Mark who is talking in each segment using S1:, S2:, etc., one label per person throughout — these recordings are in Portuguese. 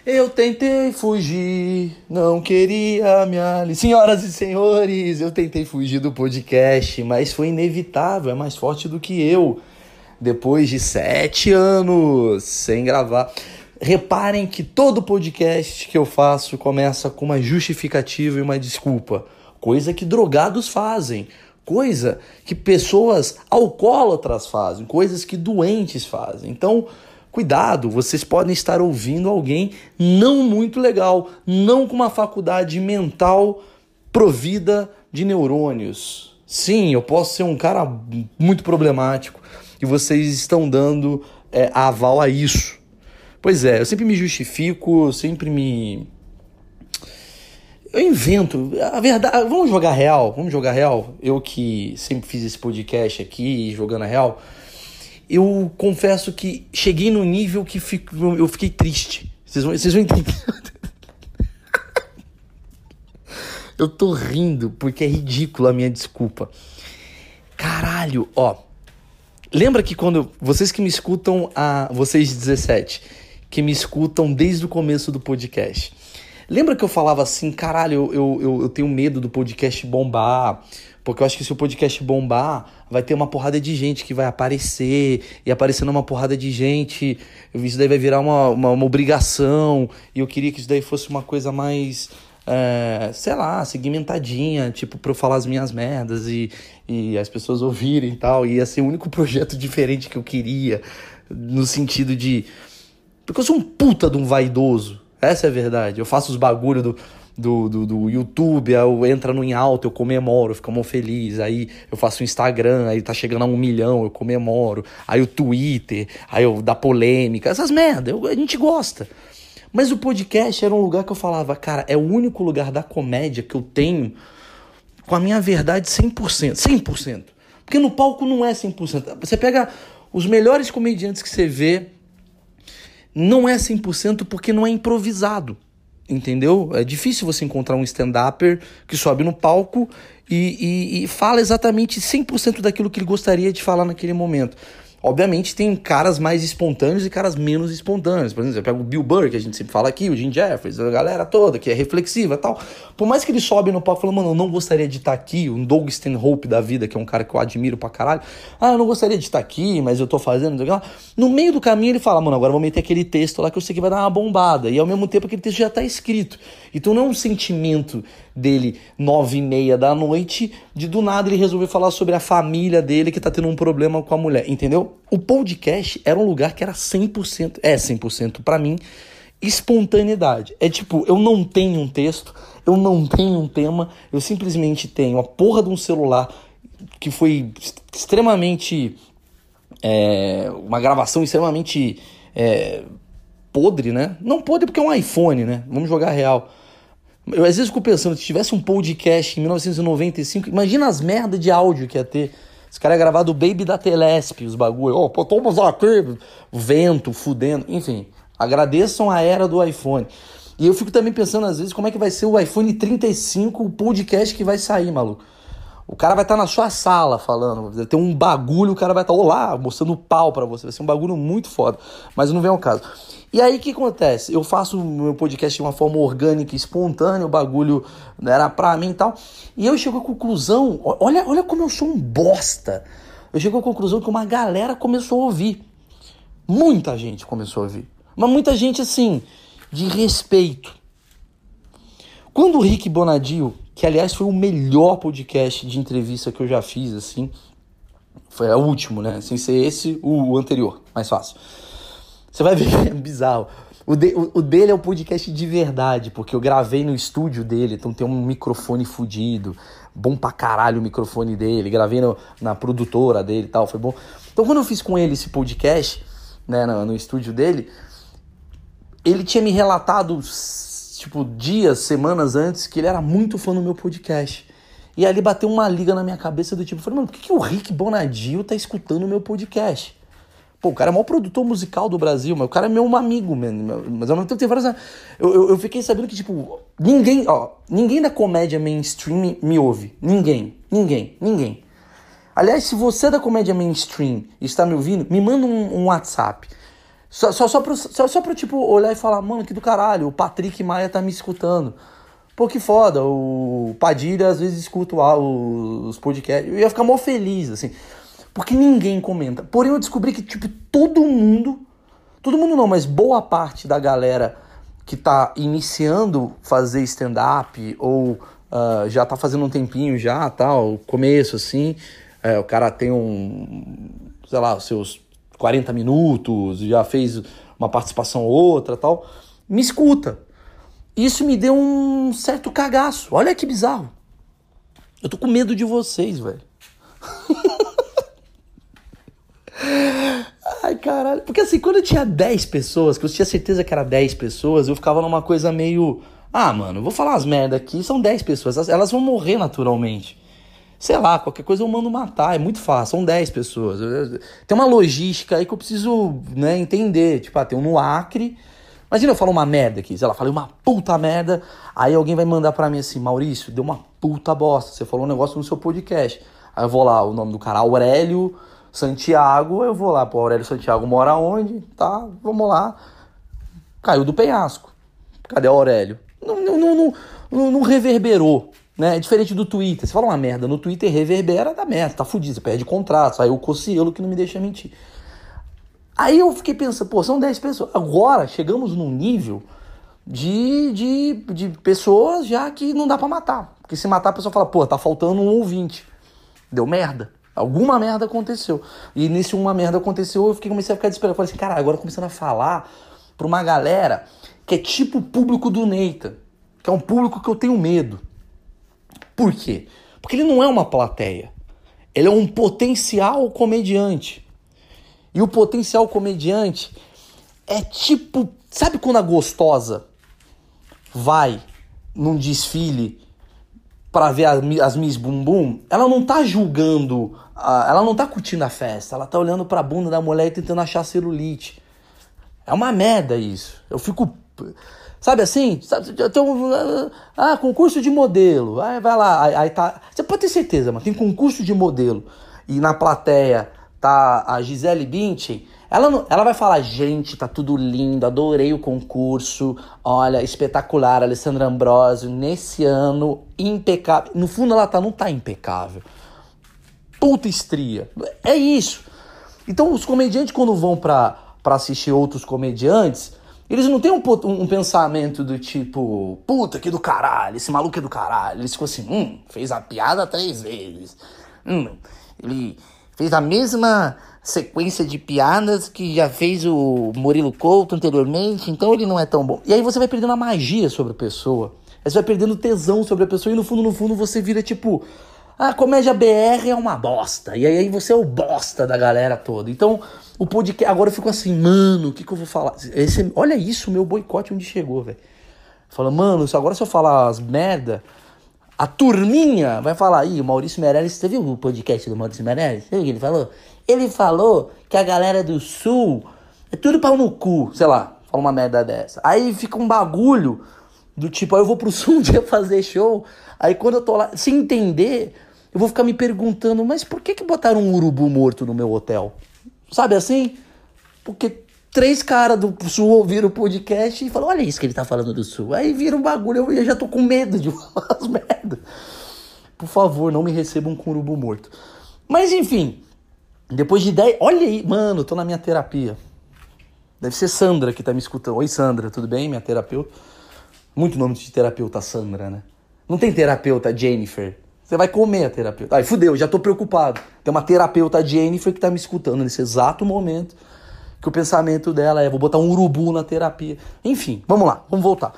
S1: Eu tentei fugir, não queria me Senhoras e senhores, eu tentei fugir do podcast, mas foi inevitável, é mais forte do que eu. Depois de 7 anos sem gravar. Reparem que todo podcast que eu faço começa com uma justificativa e uma desculpa. Coisa que drogados fazem. Coisa que pessoas alcoólatras fazem. Coisas que doentes fazem. Então, cuidado, vocês podem estar ouvindo alguém não muito legal, não com uma faculdade mental provida de neurônios. Sim, eu posso ser um cara muito problemático e vocês estão dando aval a isso. Pois é, eu sempre me justifico, eu invento. A verdade, vamos jogar real? Eu que sempre fiz esse podcast aqui, jogando a real. Eu confesso que cheguei no nível que eu fiquei triste. Vocês vão entender. Eu tô rindo porque é ridículo a minha desculpa. Caralho, ó. Lembra que quando vocês que me escutam, vocês 17, que me escutam desde o começo do podcast. Lembra que eu falava assim, caralho, eu tenho medo do podcast bombar, porque eu acho que se o podcast bombar, vai ter uma porrada de gente que vai aparecer, e aparecendo uma porrada de gente, isso daí vai virar uma obrigação, e eu queria que isso daí fosse uma coisa mais, sei lá, segmentadinha, tipo, pra eu falar as minhas merdas e as pessoas ouvirem e tal, e ia ser o único projeto diferente que eu queria, no sentido de... Porque eu sou um puta de um vaidoso. Essa é a verdade. Eu faço os bagulho do YouTube, eu entro no em alta, eu comemoro, eu fico mó feliz. Aí eu faço o Instagram, aí tá chegando a 1 milhão, eu comemoro. Aí o Twitter, aí eu dá polêmica, essas merda, a gente gosta. Mas o podcast era um lugar que eu falava, cara, é o único lugar da comédia que eu tenho com a minha verdade 100%. 100%. Porque no palco não é 100%. Você pega os melhores comediantes que você vê, não é 100% porque não é improvisado, entendeu? É difícil você encontrar um stand-upper que sobe no palco e fala exatamente 100% daquilo que ele gostaria de falar naquele momento. Obviamente tem caras mais espontâneos e caras menos espontâneos. Por exemplo, você pega o Bill Burr, que a gente sempre fala aqui, o Jim Jeffries, a galera toda, que é reflexiva e tal. Por mais que ele sobe no palco e fala, mano, eu não gostaria de estar aqui, um Doug Stanhope da vida, que é um cara que eu admiro pra caralho. Eu não gostaria de estar aqui, mas eu tô fazendo... No meio do caminho ele fala, mano, agora eu vou meter aquele texto lá que eu sei que vai dar uma bombada. E ao mesmo tempo aquele texto já tá escrito. Então não é um sentimento dele 9h30 da noite, de do nada ele resolver falar sobre a família dele que tá tendo um problema com a mulher, entendeu? O podcast era um lugar que era 100% pra mim, espontaneidade. É tipo, eu não tenho um texto, eu não tenho um tema, eu simplesmente tenho a porra de um celular que foi extremamente... uma gravação extremamente podre, né? Não podre porque é um iPhone, né? Vamos jogar real. Eu às vezes fico pensando, se tivesse um podcast em 1995, imagina as merdas de áudio que ia ter. Esse cara ia gravar do Baby da Telesp, os bagulho. Pô, toma aqui, vento, fudendo. Enfim, agradeçam a era do iPhone. E eu fico também pensando, às vezes, como é que vai ser o iPhone 35, o podcast que vai sair, maluco. O cara vai estar na sua sala falando, vai ter um bagulho, o cara vai estar, olá, mostrando o pau pra você. Vai ser um bagulho muito foda, mas não vem ao caso. E aí o que acontece? Eu faço o meu podcast de uma forma orgânica, espontânea, o bagulho era pra mim e tal. E eu chego à conclusão, olha como eu sou um bosta. Eu chego à conclusão que uma galera começou a ouvir. Muita gente começou a ouvir. Mas muita gente, assim, de respeito. Quando o Rick Bonadio, que aliás foi o melhor podcast de entrevista que eu já fiz, assim, foi o último, né? Sem ser esse, o anterior, mais fácil. Você vai ver que é bizarro. O dele é o podcast de verdade, porque eu gravei no estúdio dele, então tem um microfone fudido, bom pra caralho o microfone dele, gravei na produtora dele e tal, foi bom. Então quando eu fiz com ele esse podcast, né, no estúdio dele, ele tinha me relatado, tipo, dias, semanas antes, que ele era muito fã do meu podcast. E ali bateu uma liga na minha cabeça do tipo, eu falei, mano, por que o Rick Bonadio tá escutando o meu podcast? Pô, o cara é o maior produtor musical do Brasil, mas o cara é meu amigo, mano. Mas ao mesmo tempo tem várias... Eu fiquei sabendo que, tipo, ninguém da comédia mainstream me ouve. Ninguém. Aliás, se você é da comédia mainstream e está me ouvindo, me manda um WhatsApp. Só pra, tipo, olhar e falar, mano, que do caralho, o Patrick Maia tá me escutando. Pô, que foda, o Padilha às vezes escuta os podcasts. Eu ia ficar mó feliz, assim. Porque ninguém comenta. Porém, eu descobri que, tipo, todo mundo não, mas boa parte da galera que tá iniciando fazer stand-up ou já tá fazendo um tempinho já, tal, começo, assim, o cara tem sei lá, os seus 40 minutos, já fez uma participação ou outra, tal, me escuta. Isso me deu um certo cagaço. Olha que bizarro. Eu tô com medo de vocês, velho. Ai, caralho. Porque assim, quando eu tinha 10 pessoas, que eu tinha certeza que era 10 pessoas, eu ficava numa coisa meio... Ah, mano, eu vou falar as merda aqui, são 10 pessoas, elas vão morrer naturalmente. Sei lá, qualquer coisa eu mando matar, é muito fácil, são 10 pessoas. Tem uma logística aí que eu preciso, né, entender. Tipo, tem um no Acre... Imagina eu falo uma merda aqui, sei lá, falei uma puta merda, aí alguém vai mandar pra mim assim, Maurício, deu uma puta bosta, você falou um negócio no seu podcast. Aí eu vou lá, o nome do cara, Aurélio Santiago, eu vou lá, pô, Aurélio Santiago mora onde? Tá, vamos lá. Caiu do penhasco. Cadê o Aurélio? Não reverberou, né? É diferente do Twitter, você fala uma merda no Twitter, reverbera da merda, tá fudido, você perde contrato, saiu o Cocielo que não me deixa mentir. Aí eu fiquei pensando, pô, são 10 pessoas. Agora chegamos num nível de pessoas já que não dá pra matar. Porque se matar a pessoa fala, pô, tá faltando um ouvinte. Deu merda. Alguma merda aconteceu. E nesse uma merda aconteceu, comecei a ficar desesperado. Eu falei assim, cara, agora começando a falar pra uma galera que é tipo o público do Neita. Que é um público que eu tenho medo. Por quê? Porque ele não é uma plateia. Ele é um potencial comediante. E o potencial comediante é tipo... Sabe quando a gostosa vai num desfile pra ver as Miss Bumbum? Ela não tá julgando, ela não tá curtindo a festa. Ela tá olhando pra bunda da mulher e tentando achar celulite. É uma merda isso. Eu fico... Sabe assim? Concurso de modelo. Aí vai lá, aí tá... Você pode ter certeza, mas tem concurso de modelo. E na plateia... tá a Gisele Bündchen, ela vai falar, gente, tá tudo lindo, adorei o concurso, olha, espetacular, Alessandra Ambrosio, nesse ano, impecável. No fundo ela não tá impecável. Puta estria. É isso. Então os comediantes quando vão pra assistir outros comediantes, eles não têm um pensamento do tipo, puta, que do caralho, esse maluco é do caralho. Eles ficam assim, fez a piada 3 vezes. Ele... fez a mesma sequência de piadas que já fez o Murilo Couto anteriormente, então ele não é tão bom. E aí você vai perdendo a magia sobre a pessoa. Aí você vai perdendo tesão sobre a pessoa e no fundo você vira tipo... A comédia BR é uma bosta. E aí você é o bosta da galera toda. Então, o podcast... Agora eu fico assim, mano, o que eu vou falar? Olha isso, o meu boicote onde chegou, velho. Fala, mano, agora se eu falar as merda... A turminha vai falar, o Maurício Meirelles, você viu o podcast do Maurício Meirelles? Você viu o que ele falou? Ele falou que a galera do Sul é tudo pau no cu, sei lá, fala uma merda dessa. Aí fica um bagulho do tipo, aí eu vou pro Sul um dia fazer show, aí quando eu tô lá, sem entender, eu vou ficar me perguntando, mas por que botaram um urubu morto no meu hotel? Sabe assim? Porque 3 caras do Sul ouviram o podcast e falaram, olha isso que ele tá falando do Sul. Aí vira um bagulho, eu já tô com medo de falar as merdas. Por favor, não me recebam com urubu morto. Mas enfim, depois de 10... Olha aí, mano, tô na minha terapia. Deve ser Sandra que tá me escutando. Oi, Sandra, tudo bem? Minha terapeuta. Muito nome de terapeuta Sandra, né? Não tem terapeuta Jennifer. Você vai comer a terapeuta. Ai, fudeu, já tô preocupado. Tem uma terapeuta Jennifer que tá me escutando nesse exato momento. Que o pensamento dela é, vou botar um urubu na terapia. Enfim, vamos lá, vamos voltar.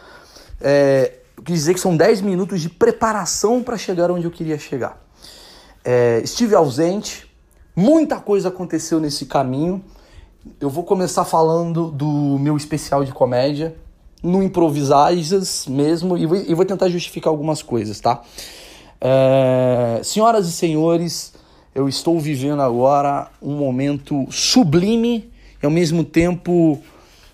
S1: Eu quis dizer que são 10 minutos de preparação para chegar onde eu queria chegar. Estive ausente, muita coisa aconteceu nesse caminho. Eu vou começar falando do meu especial de comédia, no Improvisais mesmo, e vou tentar justificar algumas coisas, tá? Senhoras e senhores, eu estou vivendo agora um momento sublime, e ao mesmo tempo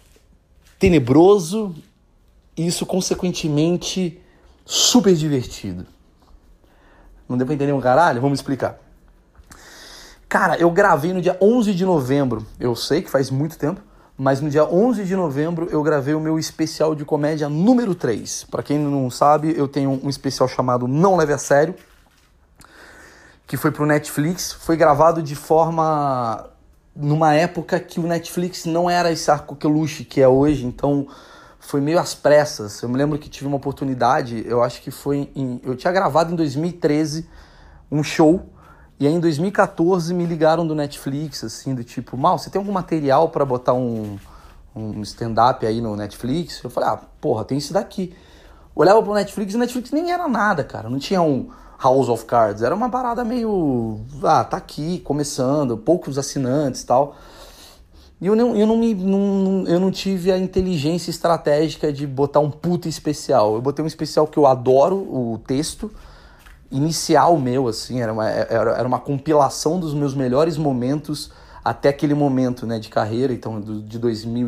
S1: tenebroso, e isso consequentemente super divertido. Não deu pra entender um caralho? Vamos explicar. Cara, eu gravei no dia 11 de novembro, eu sei que faz muito tempo, Mas no dia 11 de novembro eu gravei o meu especial de comédia número 3. Pra quem não sabe, eu tenho um especial chamado Não Leve a Sério, que foi pro Netflix. Foi gravado de forma... numa época que o Netflix não era esse arco-que-luxo que é hoje, então foi meio às pressas. Eu me lembro que tive uma oportunidade, eu acho que foi eu tinha gravado em 2013 um show, e aí em 2014 me ligaram do Netflix, assim, do tipo, Mal, você tem algum material pra botar um stand-up aí no Netflix? Eu falei, porra, tem isso daqui. Olhava pro Netflix e o Netflix nem era nada, cara, não tinha um House of Cards, era uma parada meio, tá aqui, começando, poucos assinantes e tal. E eu não tive a inteligência estratégica de botar um puta especial. Eu botei um especial que eu adoro, o texto inicial meu, assim, era uma compilação dos meus melhores momentos até aquele momento, né, de carreira, então de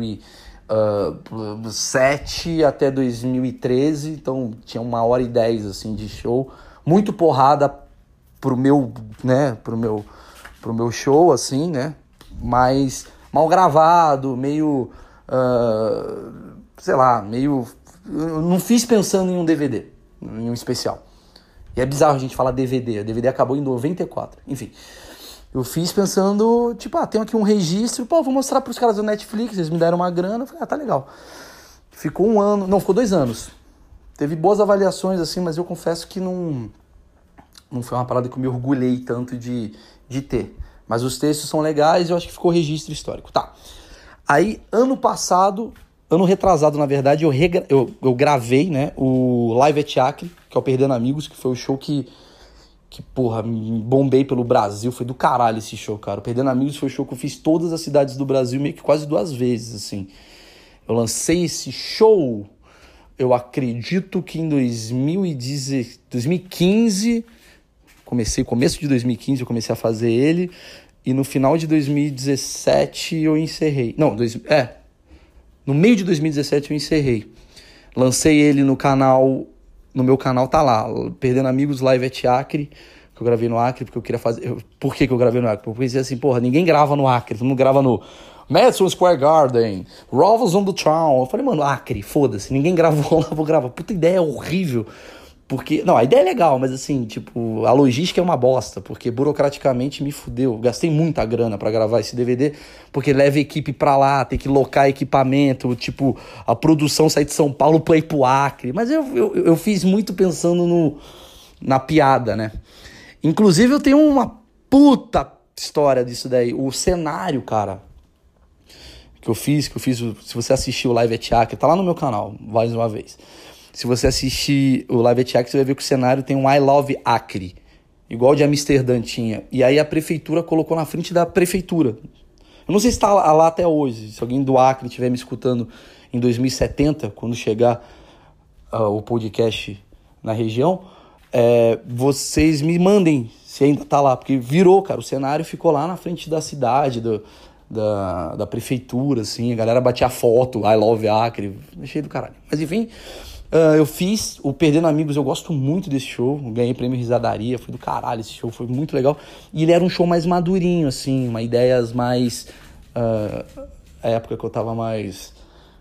S1: 2007 até 2013, então tinha 1h10, assim, de show. Muito porrada pro meu show, assim, né? Mas mal gravado, meio... sei lá, meio... Eu não fiz pensando em um DVD, em um especial. E é bizarro a gente falar DVD. A DVD acabou em 94. Enfim, eu fiz pensando, tipo, tenho aqui um registro, vou mostrar pros caras do Netflix, eles me deram uma grana. Eu falei, tá legal. Ficou 1 ano... Não, ficou 2 anos. Teve boas avaliações, assim, mas eu confesso que não foi uma parada que eu me orgulhei tanto de ter. Mas os textos são legais e eu acho que ficou registro histórico. Tá. Aí, ano retrasado, na verdade, eu gravei, né, o Live at Acre, que é o Perdendo Amigos, que foi o show que porra, me bombei pelo Brasil. Foi do caralho esse show, cara. O Perdendo Amigos foi o show que eu fiz todas as cidades do Brasil, meio que quase 2 vezes, assim. Eu lancei esse show... Eu acredito que em 2015, começo de 2015 eu comecei a fazer ele, e no final de 2017 eu encerrei. Não, no meio de 2017 eu encerrei. Lancei ele no meu canal tá lá, Perdendo Amigos Live at Acre, que eu gravei no Acre, porque eu queria fazer... Por que eu gravei no Acre? Porque eu pensei assim, porra, ninguém grava no Acre, todo mundo grava no Madison Square Garden, Rovers on the Town. Eu falei, mano, Acre, foda-se, ninguém gravou lá, vou gravar. Puta ideia horrível. Porque, não, a ideia é legal, mas assim, tipo, a logística é uma bosta, porque burocraticamente me fudeu. Gastei muita grana pra gravar esse DVD, porque leva equipe pra lá, tem que locar equipamento, tipo, a produção sair de São Paulo pra ir pro Acre. Mas eu fiz muito pensando na piada, né? Inclusive eu tenho uma puta história disso daí. O cenário, cara, que eu fiz, se você assistir o Live at Acre, tá lá no meu canal, mais uma vez. Se você assistir o Live at Acre, você vai ver que o cenário tem um I Love Acre, igual de Amsterdã tinha. E aí a prefeitura colocou na frente da prefeitura. Eu não sei se tá lá até hoje, se alguém do Acre estiver me escutando em 2070, quando chegar o podcast na região, vocês me mandem se ainda tá lá, porque virou, cara, o cenário ficou lá na frente da cidade, da prefeitura, assim, a galera batia foto, I Love Acre, achei do caralho. Mas enfim, eu fiz o Perdendo Amigos, eu gosto muito desse show, ganhei prêmio Risadaria, foi do caralho esse show, foi muito legal. E ele era um show mais madurinho, assim, uma ideias mais... a época que eu tava mais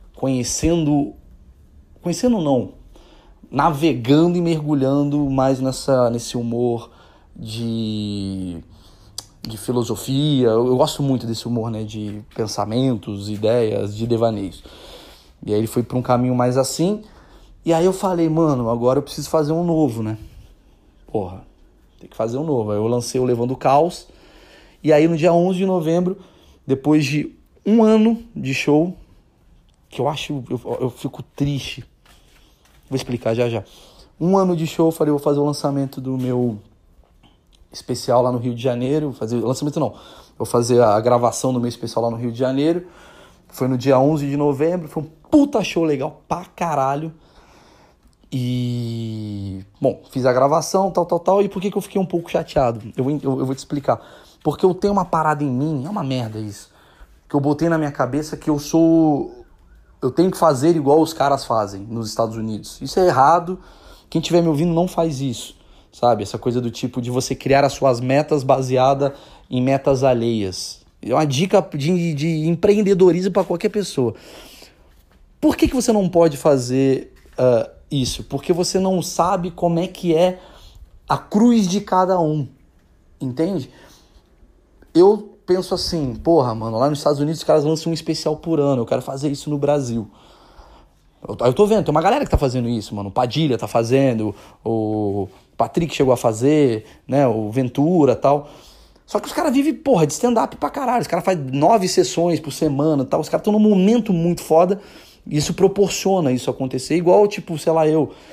S1: navegando e mergulhando mais nesse humor de filosofia. Eu gosto muito desse humor, né, de pensamentos, ideias, de devaneios. E aí ele foi pra um caminho mais assim. E aí eu falei, mano, agora eu preciso fazer um novo, né? Porra, tem que fazer um novo. Aí eu lancei o Levando o Caos. E aí no dia 11 de novembro, depois de 1 ano de show, que eu fico triste. Vou explicar já. 1 ano de show, eu falei, vou fazer o lançamento do meu especial lá no Rio de Janeiro. Vou fazer a gravação do meu especial lá no Rio de Janeiro. Foi no dia 11 de novembro, foi um puta show legal pra caralho. E... bom, fiz a gravação, tal. E por que eu fiquei um pouco chateado? Eu vou te explicar. Porque eu tenho uma parada em mim, é uma merda isso, que eu botei na minha cabeça que eu tenho que fazer igual os caras fazem nos Estados Unidos. Isso é errado. Quem estiver me ouvindo não faz isso, sabe? Essa coisa do tipo de você criar as suas metas baseada em metas alheias. É uma dica de empreendedorismo para qualquer pessoa. Por que você não pode fazer isso? Porque você não sabe como é que é a cruz de cada um, entende? Eu penso assim, porra, mano, lá nos Estados Unidos os caras lançam um especial por ano, eu quero fazer isso no Brasil. Eu tô vendo, tem uma galera que tá fazendo isso, mano. O Padilha tá fazendo, o Patrick chegou a fazer, né? O Ventura e tal. Só que os caras vivem, porra, de stand-up pra caralho. Os caras fazem 9 sessões por semana e tal. Os caras estão num momento muito foda. E isso proporciona isso acontecer. Igual, tipo, sei lá,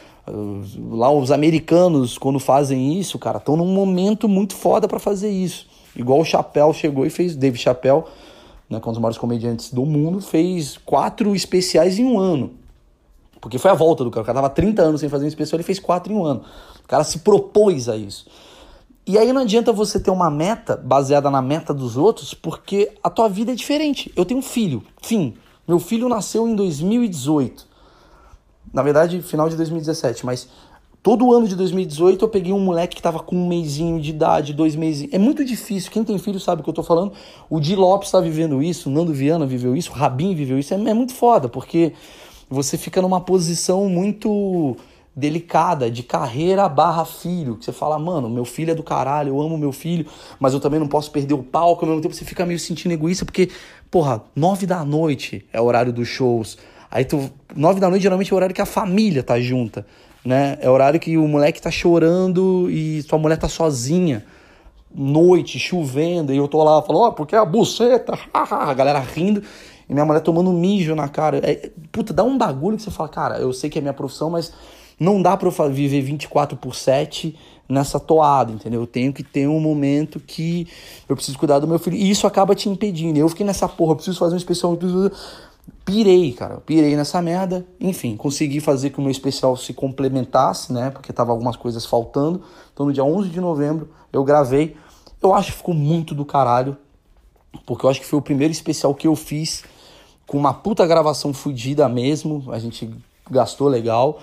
S1: lá os americanos, quando fazem isso, cara, estão num momento muito foda pra fazer isso. Igual o Chappelle chegou e fez, Dave Chappelle, né, que é um dos maiores comediantes do mundo, fez 4 especiais em um ano. Porque foi a volta do cara. O cara tava 30 anos sem fazer um especial, ele fez 4 em um ano. O cara se propôs a isso. E aí não adianta você ter uma meta baseada na meta dos outros, porque a tua vida é diferente. Eu tenho um filho, fim. Meu filho nasceu em 2018. Na verdade, final de 2017, mas todo ano de 2018 eu peguei um moleque que tava com 1 mesinho de idade, 2 meses. É muito difícil, quem tem filho sabe o que eu tô falando. O Di Lopes tá vivendo isso, o Nando Viana viveu isso, o Rabin viveu isso. É muito foda, porque você fica numa posição muito delicada, de carreira / filho, que você fala, mano, meu filho é do caralho, eu amo meu filho, mas eu também não posso perder o palco, ao mesmo tempo você fica meio sentindo egoísta, porque, porra, 9 da noite é o horário dos shows, aí 9 da noite geralmente é o horário que a família tá junta, né, é o horário que o moleque tá chorando e sua mulher tá sozinha, noite, chovendo, e eu tô lá, falando, porque é a buceta, a galera rindo, e minha mulher tomando mijo na cara. Puta, dá um bagulho que você fala, cara, eu sei que é minha profissão, mas não dá pra eu viver 24/7 nessa toada, entendeu? Eu tenho que ter um momento que eu preciso cuidar do meu filho. E isso acaba te impedindo. Eu fiquei nessa porra, eu preciso fazer um especial. Pirei, cara. Pirei nessa merda. Enfim, consegui fazer que o meu especial se complementasse, né? Porque tava algumas coisas faltando. Então no dia 11 de novembro eu gravei. Eu acho que ficou muito do caralho. Porque eu acho que foi o primeiro especial que eu fiz com uma puta gravação fodida mesmo, a gente gastou legal,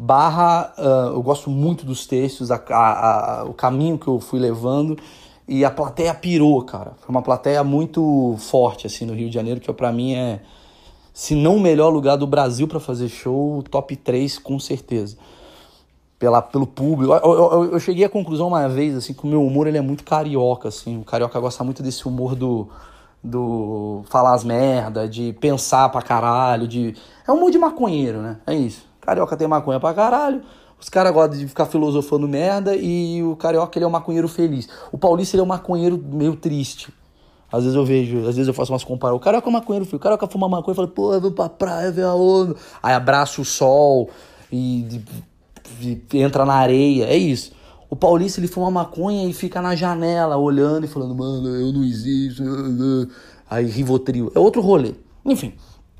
S1: eu gosto muito dos textos, o caminho que eu fui levando, e a plateia pirou, cara. Foi uma plateia muito forte, assim, no Rio de Janeiro, que pra mim é, se não o melhor lugar do Brasil pra fazer show, top 3 com certeza. Pelo público. Eu cheguei à conclusão uma vez, assim, que o meu humor ele é muito carioca, assim. O carioca gosta muito desse humor do falar as merda, de pensar pra caralho, é um humor de maconheiro, né? É isso. Carioca tem maconha pra caralho, os caras gostam de ficar filosofando merda e o carioca ele é um maconheiro feliz. O paulista ele é um maconheiro meio triste. Às vezes eu faço umas comparações. O carioca é um maconheiro feliz. O carioca fuma maconha e fala, pô, eu vou pra praia ver a onda. Aí abraça o sol e entra na areia, é isso. O paulista ele fuma maconha e fica na janela olhando e falando, mano, eu não existo. Aí Rivotril, é outro rolê. Enfim,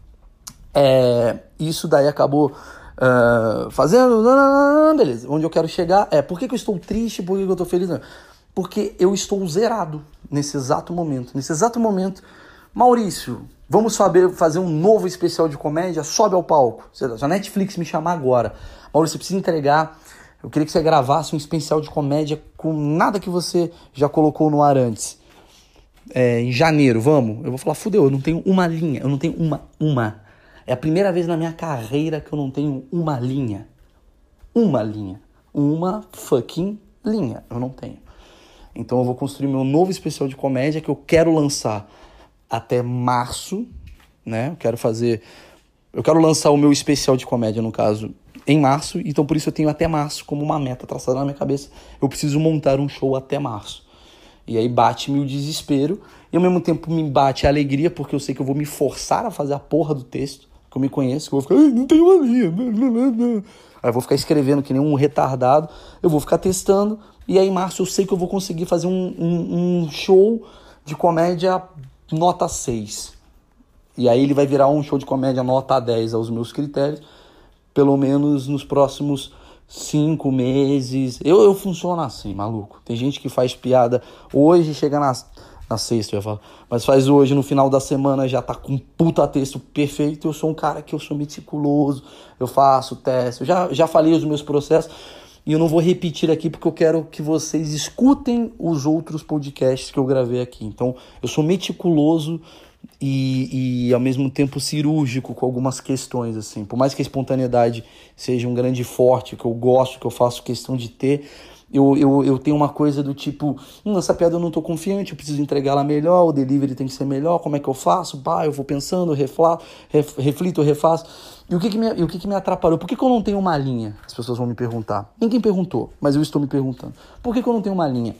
S1: isso daí acabou fazendo, beleza. Onde eu quero chegar por que eu estou triste, por que eu estou feliz? Não. Porque eu estou zerado nesse exato momento. Nesse exato momento, Maurício, vamos fazer um novo especial de comédia, sobe ao palco. Se a Netflix me chamar agora, Maurício, você precisa entregar. Eu queria que você gravasse um especial de comédia com nada que você já colocou no ar antes. Em janeiro, vamos? Eu vou falar, fudeu, eu não tenho uma linha. Eu não tenho uma. É a primeira vez na minha carreira que eu não tenho uma linha. Uma linha. Uma fucking linha. Eu não tenho. Então eu vou construir meu novo especial de comédia que eu quero lançar até março, né? Eu quero lançar o meu especial de comédia, no caso, em março, então por isso eu tenho até março como uma meta traçada na minha cabeça. Eu preciso montar um show até março. E aí bate-me o desespero e ao mesmo tempo me bate a alegria, porque eu sei que eu vou me forçar a fazer a porra do texto, que eu me conheço, que eu vou ficar, não tem uma linha. Aí eu vou ficar escrevendo que nem um retardado, eu vou ficar testando, e aí em março eu sei que eu vou conseguir fazer um show de comédia nota 6. E aí ele vai virar um show de comédia nota 10 aos meus critérios, pelo menos nos próximos 5 meses. Eu funciono assim, maluco. Tem gente que faz piada hoje, chega na sexta, eu ia falar, mas faz hoje, no final da semana já tá com um puta texto perfeito. Eu sou um cara que eu sou meticuloso, eu faço teste, eu já falei os meus processos. e eu não vou repetir aqui porque eu quero que vocês escutem os outros podcasts que eu gravei aqui. Então, eu sou meticuloso e ao mesmo tempo cirúrgico com algumas questões, assim. Por mais que a espontaneidade seja um grande forte, que eu gosto, que eu faço questão de ter, eu tenho uma coisa do tipo, essa piada eu não tô confiante, eu preciso entregar ela melhor, o delivery tem que ser melhor, como é que eu faço? Eu vou pensando, reflito, refaço. E o que me atrapalhou? Por que eu não tenho uma linha? As pessoas vão me perguntar. Ninguém perguntou, mas eu estou me perguntando. Por que eu não tenho uma linha?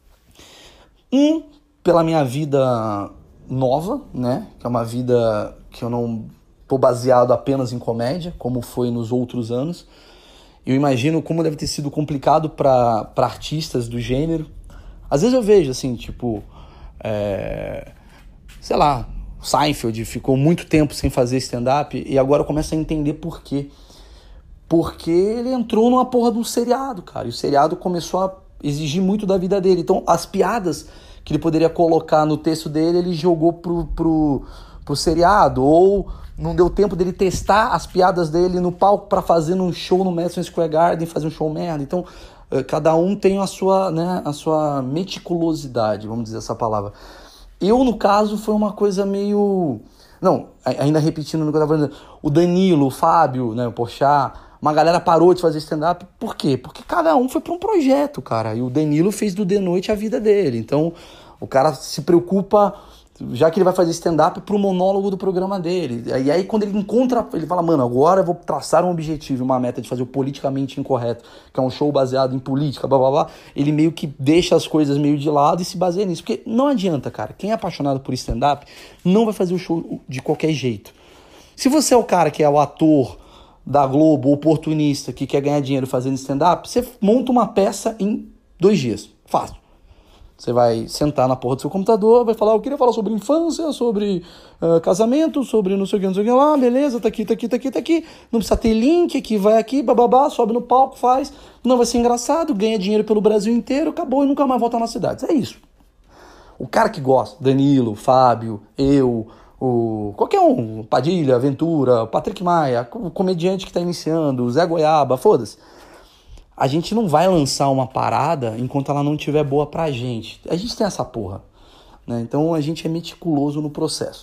S1: Pela minha vida nova, né? Que é uma vida que eu não tô baseado apenas em comédia, como foi nos outros anos. Eu imagino como deve ter sido complicado para artistas do gênero. Às vezes eu vejo, assim, tipo... sei lá, Seinfeld ficou muito tempo sem fazer stand-up e agora eu começo a entender por quê. Porque ele entrou numa porra de um seriado, cara. E o seriado começou a exigir muito da vida dele. Então, as piadas que ele poderia colocar no texto dele, ele jogou pro seriado. Ou não deu tempo dele testar as piadas dele no palco pra fazer num show no Madison Square Garden, fazer um show merda. Então, cada um tem a sua meticulosidade, vamos dizer essa palavra. Eu, no caso, foi uma coisa meio... Não, ainda repetindo no que eu estava falando, o Danilo, o Fábio, né, o Porchat, uma galera parou de fazer stand-up. Por quê? Porque cada um foi para um projeto, cara. E o Danilo fez do The Noite a vida dele. Então, o cara se preocupa, já que ele vai fazer stand-up, pro monólogo do programa dele. E aí, quando ele encontra, ele fala, mano, agora eu vou traçar um objetivo, uma meta de fazer o politicamente incorreto, que é um show baseado em política, blá, blá, blá. Ele meio que deixa as coisas meio de lado e se baseia nisso. Porque não adianta, cara. Quem é apaixonado por stand-up não vai fazer o show de qualquer jeito. Se você é o cara que é o ator da Globo, oportunista, que quer ganhar dinheiro fazendo stand-up, você monta uma peça em 2 dias. Fácil. Você vai sentar na porra do seu computador, vai falar, eu queria falar sobre infância, sobre casamento, sobre não sei o que lá, beleza, tá aqui. Não precisa ter link, aqui, vai aqui, bababá, sobe no palco, faz. Não vai ser engraçado, ganha dinheiro pelo Brasil inteiro, acabou e nunca mais volta nas cidades. É isso. O cara que gosta, Danilo, Fábio, eu, qualquer um, Padilha, Ventura, Patrick Maia, o comediante que tá iniciando, o Zé Goiaba, foda-se. A gente não vai lançar uma parada enquanto ela não estiver boa pra gente. A gente tem essa porra, né? Então a gente é meticuloso no processo.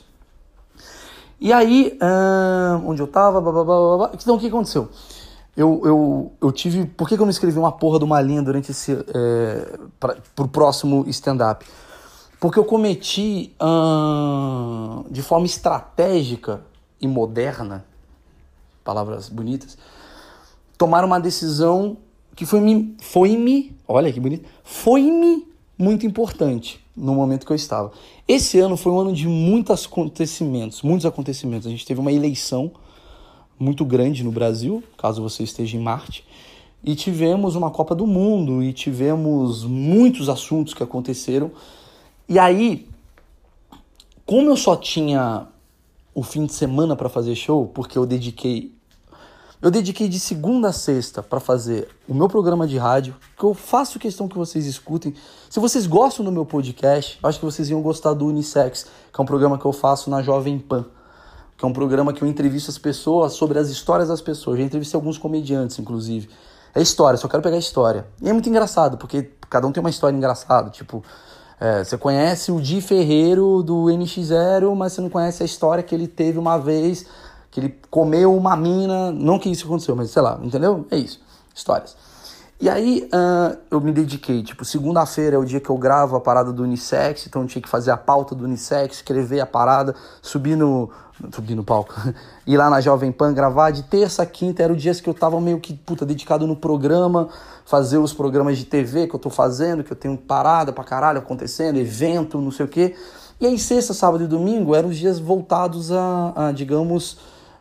S1: E aí, onde eu tava, então o que aconteceu? Eu tive... Por que eu não escrevi uma porra de uma linha durante pro próximo stand-up? Porque eu cometi, de forma estratégica e moderna, palavras bonitas, tomar uma decisão que foi-me, olha que bonito, foi-me muito importante no momento que eu estava. Esse ano foi um ano de muitos acontecimentos. A gente teve uma eleição muito grande no Brasil, caso você esteja em Marte, e tivemos uma Copa do Mundo, e tivemos muitos assuntos que aconteceram. E aí, como eu só tinha o fim de semana para fazer show, porque eu dediquei de segunda a sexta para fazer o meu programa de rádio, que eu faço questão que vocês escutem. Se vocês gostam do meu podcast, acho que vocês iam gostar do Unissex, que é um programa que eu faço na Jovem Pan, que é um programa que eu entrevisto as pessoas sobre as histórias das pessoas. Já entrevistei alguns comediantes, inclusive. É história, só quero pegar a história. E é muito engraçado, porque cada um tem uma história engraçada. Tipo, você conhece o Di Ferreiro do NX0, mas você não conhece a história que ele teve uma vez... que ele comeu uma mina, não que isso aconteceu, mas sei lá, entendeu? É isso, histórias. E aí eu me dediquei, tipo, segunda-feira é o dia que eu gravo a parada do Unissex, então eu tinha que fazer a pauta do Unissex, escrever a parada, subir no palco, ir lá na Jovem Pan gravar. De terça a quinta era o dia que eu tava meio que, dedicado no programa, fazer os programas de TV que eu tô fazendo, que eu tenho parada pra caralho acontecendo, evento, não sei o quê. E aí sexta, sábado e domingo eram os dias voltados a digamos...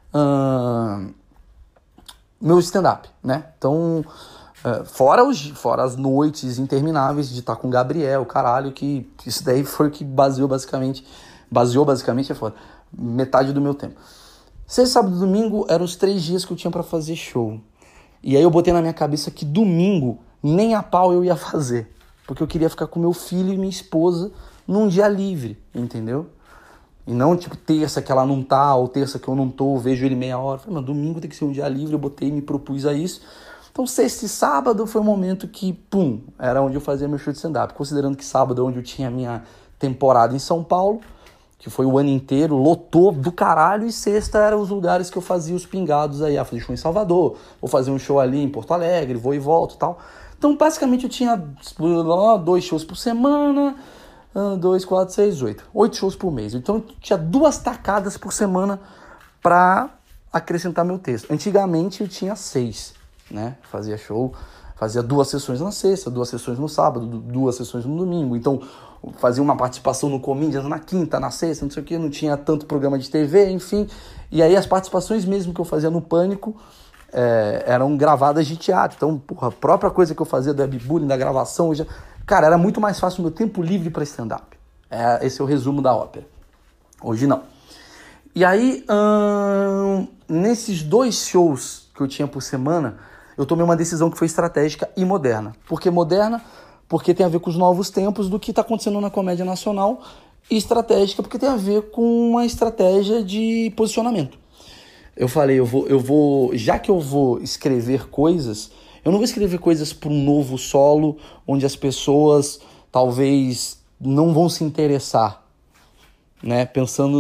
S1: meu stand-up, né? Então, fora as noites intermináveis de estar com o Gabriel, caralho, que isso daí foi o que baseou basicamente é foda, metade do meu tempo. Sexta, sábado e domingo eram os 3 dias que eu tinha pra fazer show. E aí eu botei na minha cabeça que domingo nem a pau eu ia fazer, porque eu queria ficar com meu filho e minha esposa num dia livre, entendeu? E não, tipo, terça que ela não tá, ou terça que eu não tô, vejo ele meia hora. Falei, mano, domingo tem que ser um dia livre, eu me propus a isso. Então, sexta e sábado foi um momento que, pum, era onde eu fazia meu show de stand-up. Considerando que sábado é onde eu tinha a minha temporada em São Paulo, que foi o ano inteiro, lotou do caralho, e sexta eram os lugares que eu fazia os pingados aí. Fazer show em Salvador, vou fazer um show ali em Porto Alegre, vou e volto e tal. Então, basicamente, eu tinha 2 shows por semana, 2, 4, 6, 8. 8 shows por mês. Então, eu tinha 2 tacadas por semana pra acrescentar meu texto. Antigamente, eu tinha 6, né? Fazia show, fazia 2 sessões na sexta, 2 sessões no sábado, 2 sessões no domingo. Então, fazia uma participação no Comedians na quinta, na sexta, não sei o que, não tinha tanto programa de TV, enfim. E aí as participações mesmo que eu fazia no Pânico eram gravadas de teatro. Então, porra, a própria coisa que eu fazia do webbullying, da gravação, cara, era muito mais fácil o meu tempo livre para stand-up. Esse é o resumo da ópera. Hoje não. E aí, nesses 2 shows que eu tinha por semana, eu tomei uma decisão que foi estratégica e moderna. Por que moderna? Porque tem a ver com os novos tempos do que está acontecendo na comédia nacional, e estratégica porque tem a ver com uma estratégia de posicionamento. Eu falei, eu vou, já que eu vou escrever coisas, eu não vou escrever coisas para um novo solo, onde as pessoas talvez não vão se interessar, né? Pensando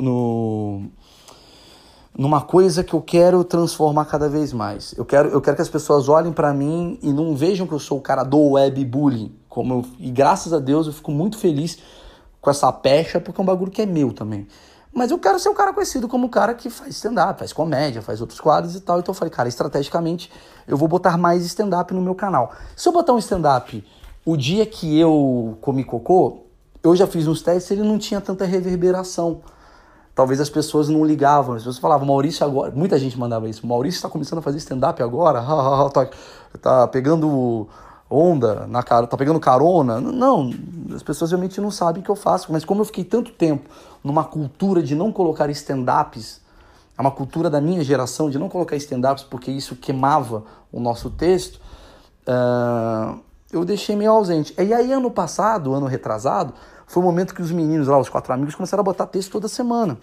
S1: numa coisa que eu quero transformar cada vez mais. Eu quero que as pessoas olhem pra mim e não vejam que eu sou o cara do webbullying. E graças a Deus eu fico muito feliz com essa pecha, porque é um bagulho que é meu também. Mas eu quero ser um cara conhecido como um cara que faz stand-up, faz comédia, faz outros quadros e tal. Então eu falei, cara, estrategicamente eu vou botar mais stand-up no meu canal. Se eu botar um stand-up o dia que eu comi cocô, eu já fiz uns testes e ele não tinha tanta reverberação. Talvez as pessoas não ligavam, as pessoas falavam, Maurício agora, muita gente mandava isso, Maurício está começando a fazer stand-up agora, tá pegando onda, tá pegando carona. Não, as pessoas realmente não sabem o que eu faço, mas como eu fiquei tanto tempo numa cultura de não colocar stand-ups, é uma cultura da minha geração de não colocar stand-ups porque isso queimava o nosso texto, eu deixei meio ausente. E aí ano passado, ano retrasado, foi o momento que os meninos lá, os 4 amigos, começaram a botar texto toda semana.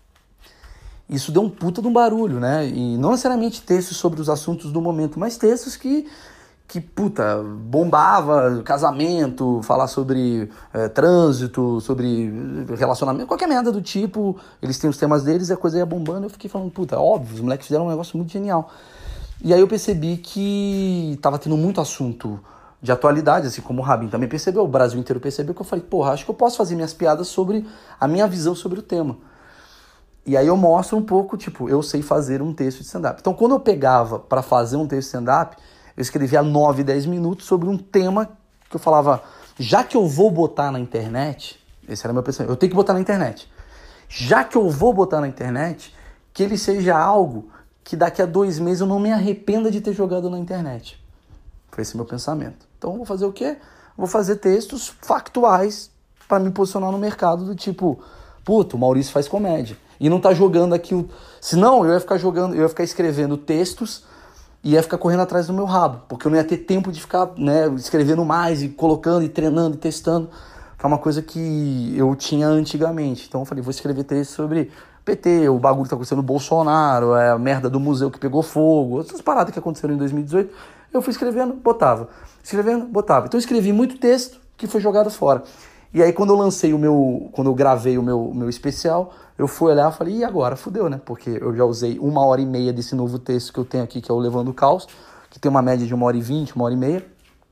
S1: Isso deu um puta de um barulho, né? E não necessariamente textos sobre os assuntos do momento, mas textos que puta, bombava casamento, falar sobre trânsito, sobre relacionamento, qualquer merda do tipo. Eles têm os temas deles e a coisa ia bombando. Eu fiquei falando, puta, óbvio, os moleques fizeram um negócio muito genial. E aí eu percebi que tava tendo muito assunto de atualidade, assim como o Rabin também percebeu, o Brasil inteiro percebeu, que eu falei, porra, acho que eu posso fazer minhas piadas sobre a minha visão sobre o tema. E aí eu mostro um pouco, tipo, eu sei fazer um texto de stand-up. Então quando eu pegava para fazer um texto de stand-up, eu escrevia 9, 10 minutos sobre um tema que eu falava, já que eu vou botar na internet, esse era meu pensamento, eu tenho que botar na internet. Já que eu vou botar na internet, que ele seja algo que daqui a 2 meses eu não me arrependa de ter jogado na internet. Foi esse meu pensamento. Então, vou fazer o quê? Vou fazer textos factuais para me posicionar no mercado do tipo, puto, o Maurício faz comédia. E não tá jogando aqui Senão, eu ia ficar escrevendo textos e ia ficar correndo atrás do meu rabo, porque eu não ia ter tempo de ficar, né, escrevendo mais e colocando e treinando e testando, que é uma coisa que eu tinha antigamente. Então, eu falei, vou escrever textos sobre PT, o bagulho que tá acontecendo no Bolsonaro, a merda do museu que pegou fogo, outras paradas que aconteceram em 2018, eu fui escrevendo, botava. Escrevendo, botava. Então eu escrevi muito texto que foi jogado fora. E aí quando eu gravei o meu especial, eu fui olhar e falei, e agora? Fudeu, né? Porque eu já usei 1h30 desse novo texto que eu tenho aqui, que é o Levando o Caos, que tem uma média de 1h20, 1h30.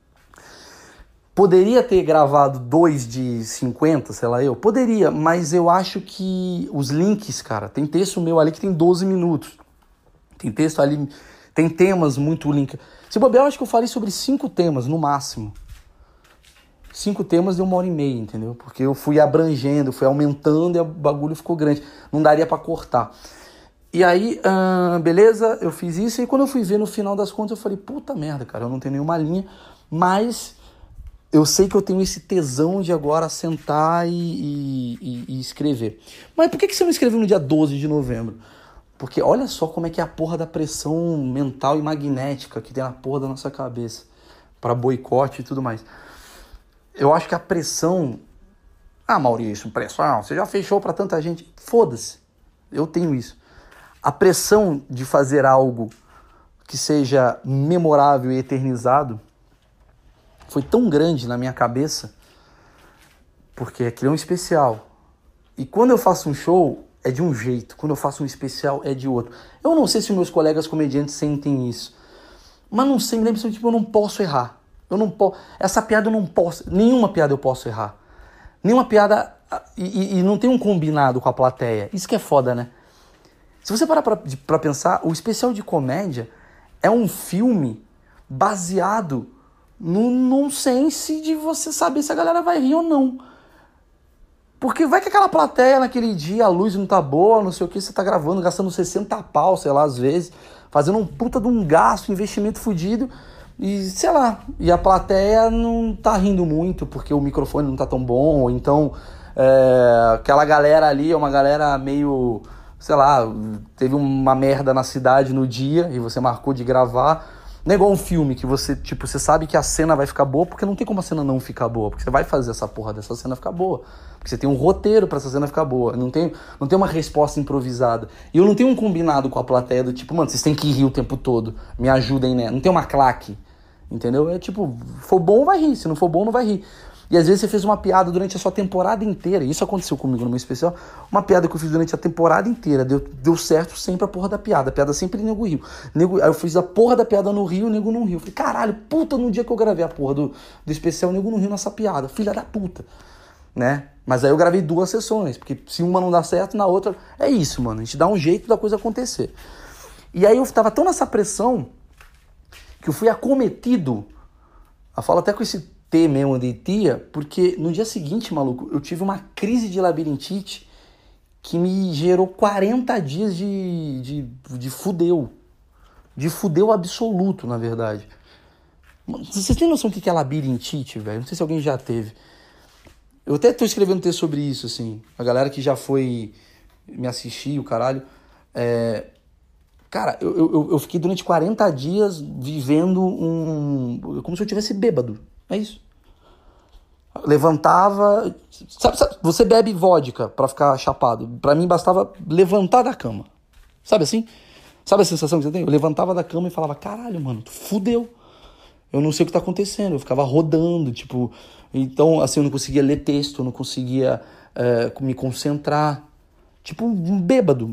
S1: Poderia ter gravado 2 de 50, sei lá eu. Poderia, mas eu acho que os links, cara, tem texto meu ali que tem 12 minutos. Tem texto ali, tem temas muito link. Se bobear, eu acho que eu falei sobre 5 temas, no máximo. 5 temas de 1h30, entendeu? Porque eu fui abrangendo, fui aumentando e o bagulho ficou grande. Não daria pra cortar. E aí, beleza, eu fiz isso. E quando eu fui ver no final das contas, eu falei, puta merda, cara, eu não tenho nenhuma linha. Mas eu sei que eu tenho esse tesão de agora sentar e escrever. Mas por que você não escreveu no dia 12 de novembro? Porque olha só como é que é a porra da pressão mental e magnética que tem na porra da nossa cabeça para boicote e tudo mais. Eu acho que a pressão... Ah, Maurício, pressão, você já fechou para tanta gente. Foda-se, eu tenho isso. A pressão de fazer algo que seja memorável e eternizado, foi tão grande na minha cabeça, porque aquilo é um especial. E quando eu faço um show, é de um jeito. Quando eu faço um especial, é de outro. Eu não sei se meus colegas comediantes sentem isso. Mas não sei, me lembro, tipo, eu não posso errar. Essa piada eu não posso... Nenhuma piada eu posso errar. Nenhuma piada... E não tem um combinado com a plateia. Isso que é foda, né? Se você parar pra pensar, o especial de comédia é um filme baseado no nonsense de você saber se a galera vai rir ou não. Porque vai que aquela plateia naquele dia, a luz não tá boa, não sei o que, você tá gravando, gastando 60 pau, sei lá, às vezes, fazendo um puta de um gasto, investimento fudido, e sei lá, e a plateia não tá rindo muito porque o microfone não tá tão bom, ou então aquela galera ali é uma galera meio, sei lá, teve uma merda na cidade no dia e você marcou de gravar. Não é igual um filme que você, tipo, você sabe que a cena vai ficar boa, porque não tem como a cena não ficar boa, porque você vai fazer essa porra dessa cena ficar boa. Porque você tem um roteiro pra essa cena ficar boa, não tem uma resposta improvisada. E eu não tenho um combinado com a plateia do tipo, mano, vocês têm que rir o tempo todo, me ajudem, né? Não tem uma claque, entendeu? É tipo, for bom vai rir, se não for bom não vai rir. E às vezes você fez uma piada durante a sua temporada inteira, e isso aconteceu comigo no meu especial, uma piada que eu fiz durante a temporada inteira, deu certo sempre a porra da piada, a piada sempre nego riu. Aí eu fiz a porra da piada no Rio, o nego não riu. Eu falei, caralho, puta, no dia que eu gravei a porra do especial, o nego não riu nessa piada, filha da puta, né? Mas aí eu gravei 2 sessões, porque se uma não dá certo, na outra, é isso, mano, a gente dá um jeito da coisa acontecer. E aí eu tava tão nessa pressão, que eu fui acometido, eu falo até com esse T mesmo de tia, porque no dia seguinte, maluco, eu tive uma crise de labirintite que me gerou 40 dias de fudeu. De fudeu absoluto, na verdade. Vocês têm noção do que é labirintite, velho? Não sei se alguém já teve. Eu até tô escrevendo um texto sobre isso, assim. A galera que já foi me assistir, o caralho. Cara, eu fiquei durante 40 dias vivendo como se eu tivesse bêbado. É isso. Levantava... Sabe, você bebe vodka pra ficar chapado. Pra mim bastava levantar da cama. Sabe assim? Sabe a sensação que você tem? Eu levantava da cama e falava, caralho, mano, tu fudeu. Eu não sei o que tá acontecendo. Eu ficava rodando, tipo... Então, assim, eu não conseguia ler texto, eu não conseguia me concentrar. Tipo, um bêbado.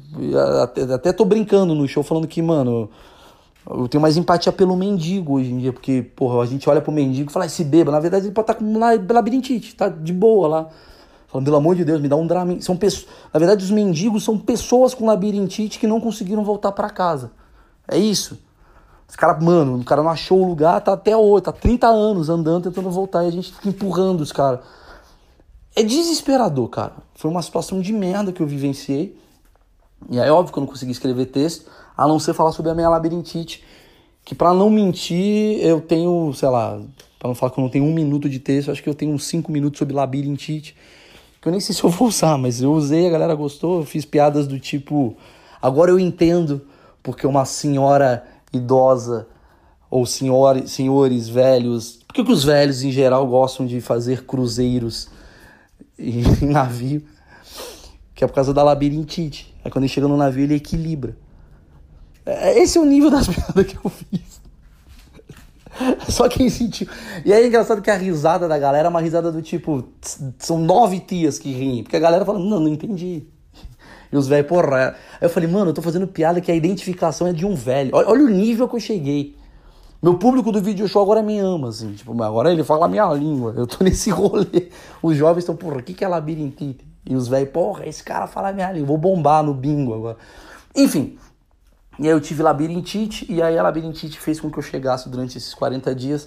S1: Até tô brincando no show falando que, mano... Eu tenho mais empatia pelo mendigo hoje em dia, porque, porra, a gente olha pro mendigo e fala, esse bêbado, na verdade ele pode estar com labirintite, tá de boa lá. Falando, pelo amor de Deus, me dá um drama. Na verdade, os mendigos são pessoas com labirintite que não conseguiram voltar pra casa. É isso. Os caras, mano, o cara não achou o lugar, tá até hoje, tá 30 anos andando, tentando voltar, e a gente fica empurrando os caras. É desesperador, cara. Foi uma situação de merda que eu vivenciei. E é óbvio que eu não consegui escrever texto, a não ser falar sobre a minha labirintite, que pra não mentir, eu tenho, sei lá, pra não falar que eu não tenho 1 minuto de texto, acho que eu tenho uns 5 minutos sobre labirintite, que eu nem sei se eu vou usar, mas eu usei, a galera gostou, eu fiz piadas do tipo, agora eu entendo porque uma senhora idosa, ou senhores velhos, por que os velhos em geral gostam de fazer cruzeiros em navio? Que é por causa da labirintite. Aí quando ele chega no navio, ele equilibra. Esse é o nível das piadas que eu fiz. Só quem sentiu. E aí é engraçado que a risada da galera é uma risada do tipo... São 9 tias que riem. Porque a galera fala, não entendi. E os velhos, porra... Aí eu falei, mano, eu tô fazendo piada que a identificação é de um velho. Olha o nível que eu cheguei. Meu público do video show agora me ama, assim. Tipo, agora ele fala a minha língua. Eu tô nesse rolê. Os jovens estão, porra, o que é labirintite? E os velhos, porra, esse cara fala a minha língua. Vou bombar no bingo agora. Enfim... E aí eu tive labirintite, e aí a labirintite fez com que eu chegasse durante esses 40 dias,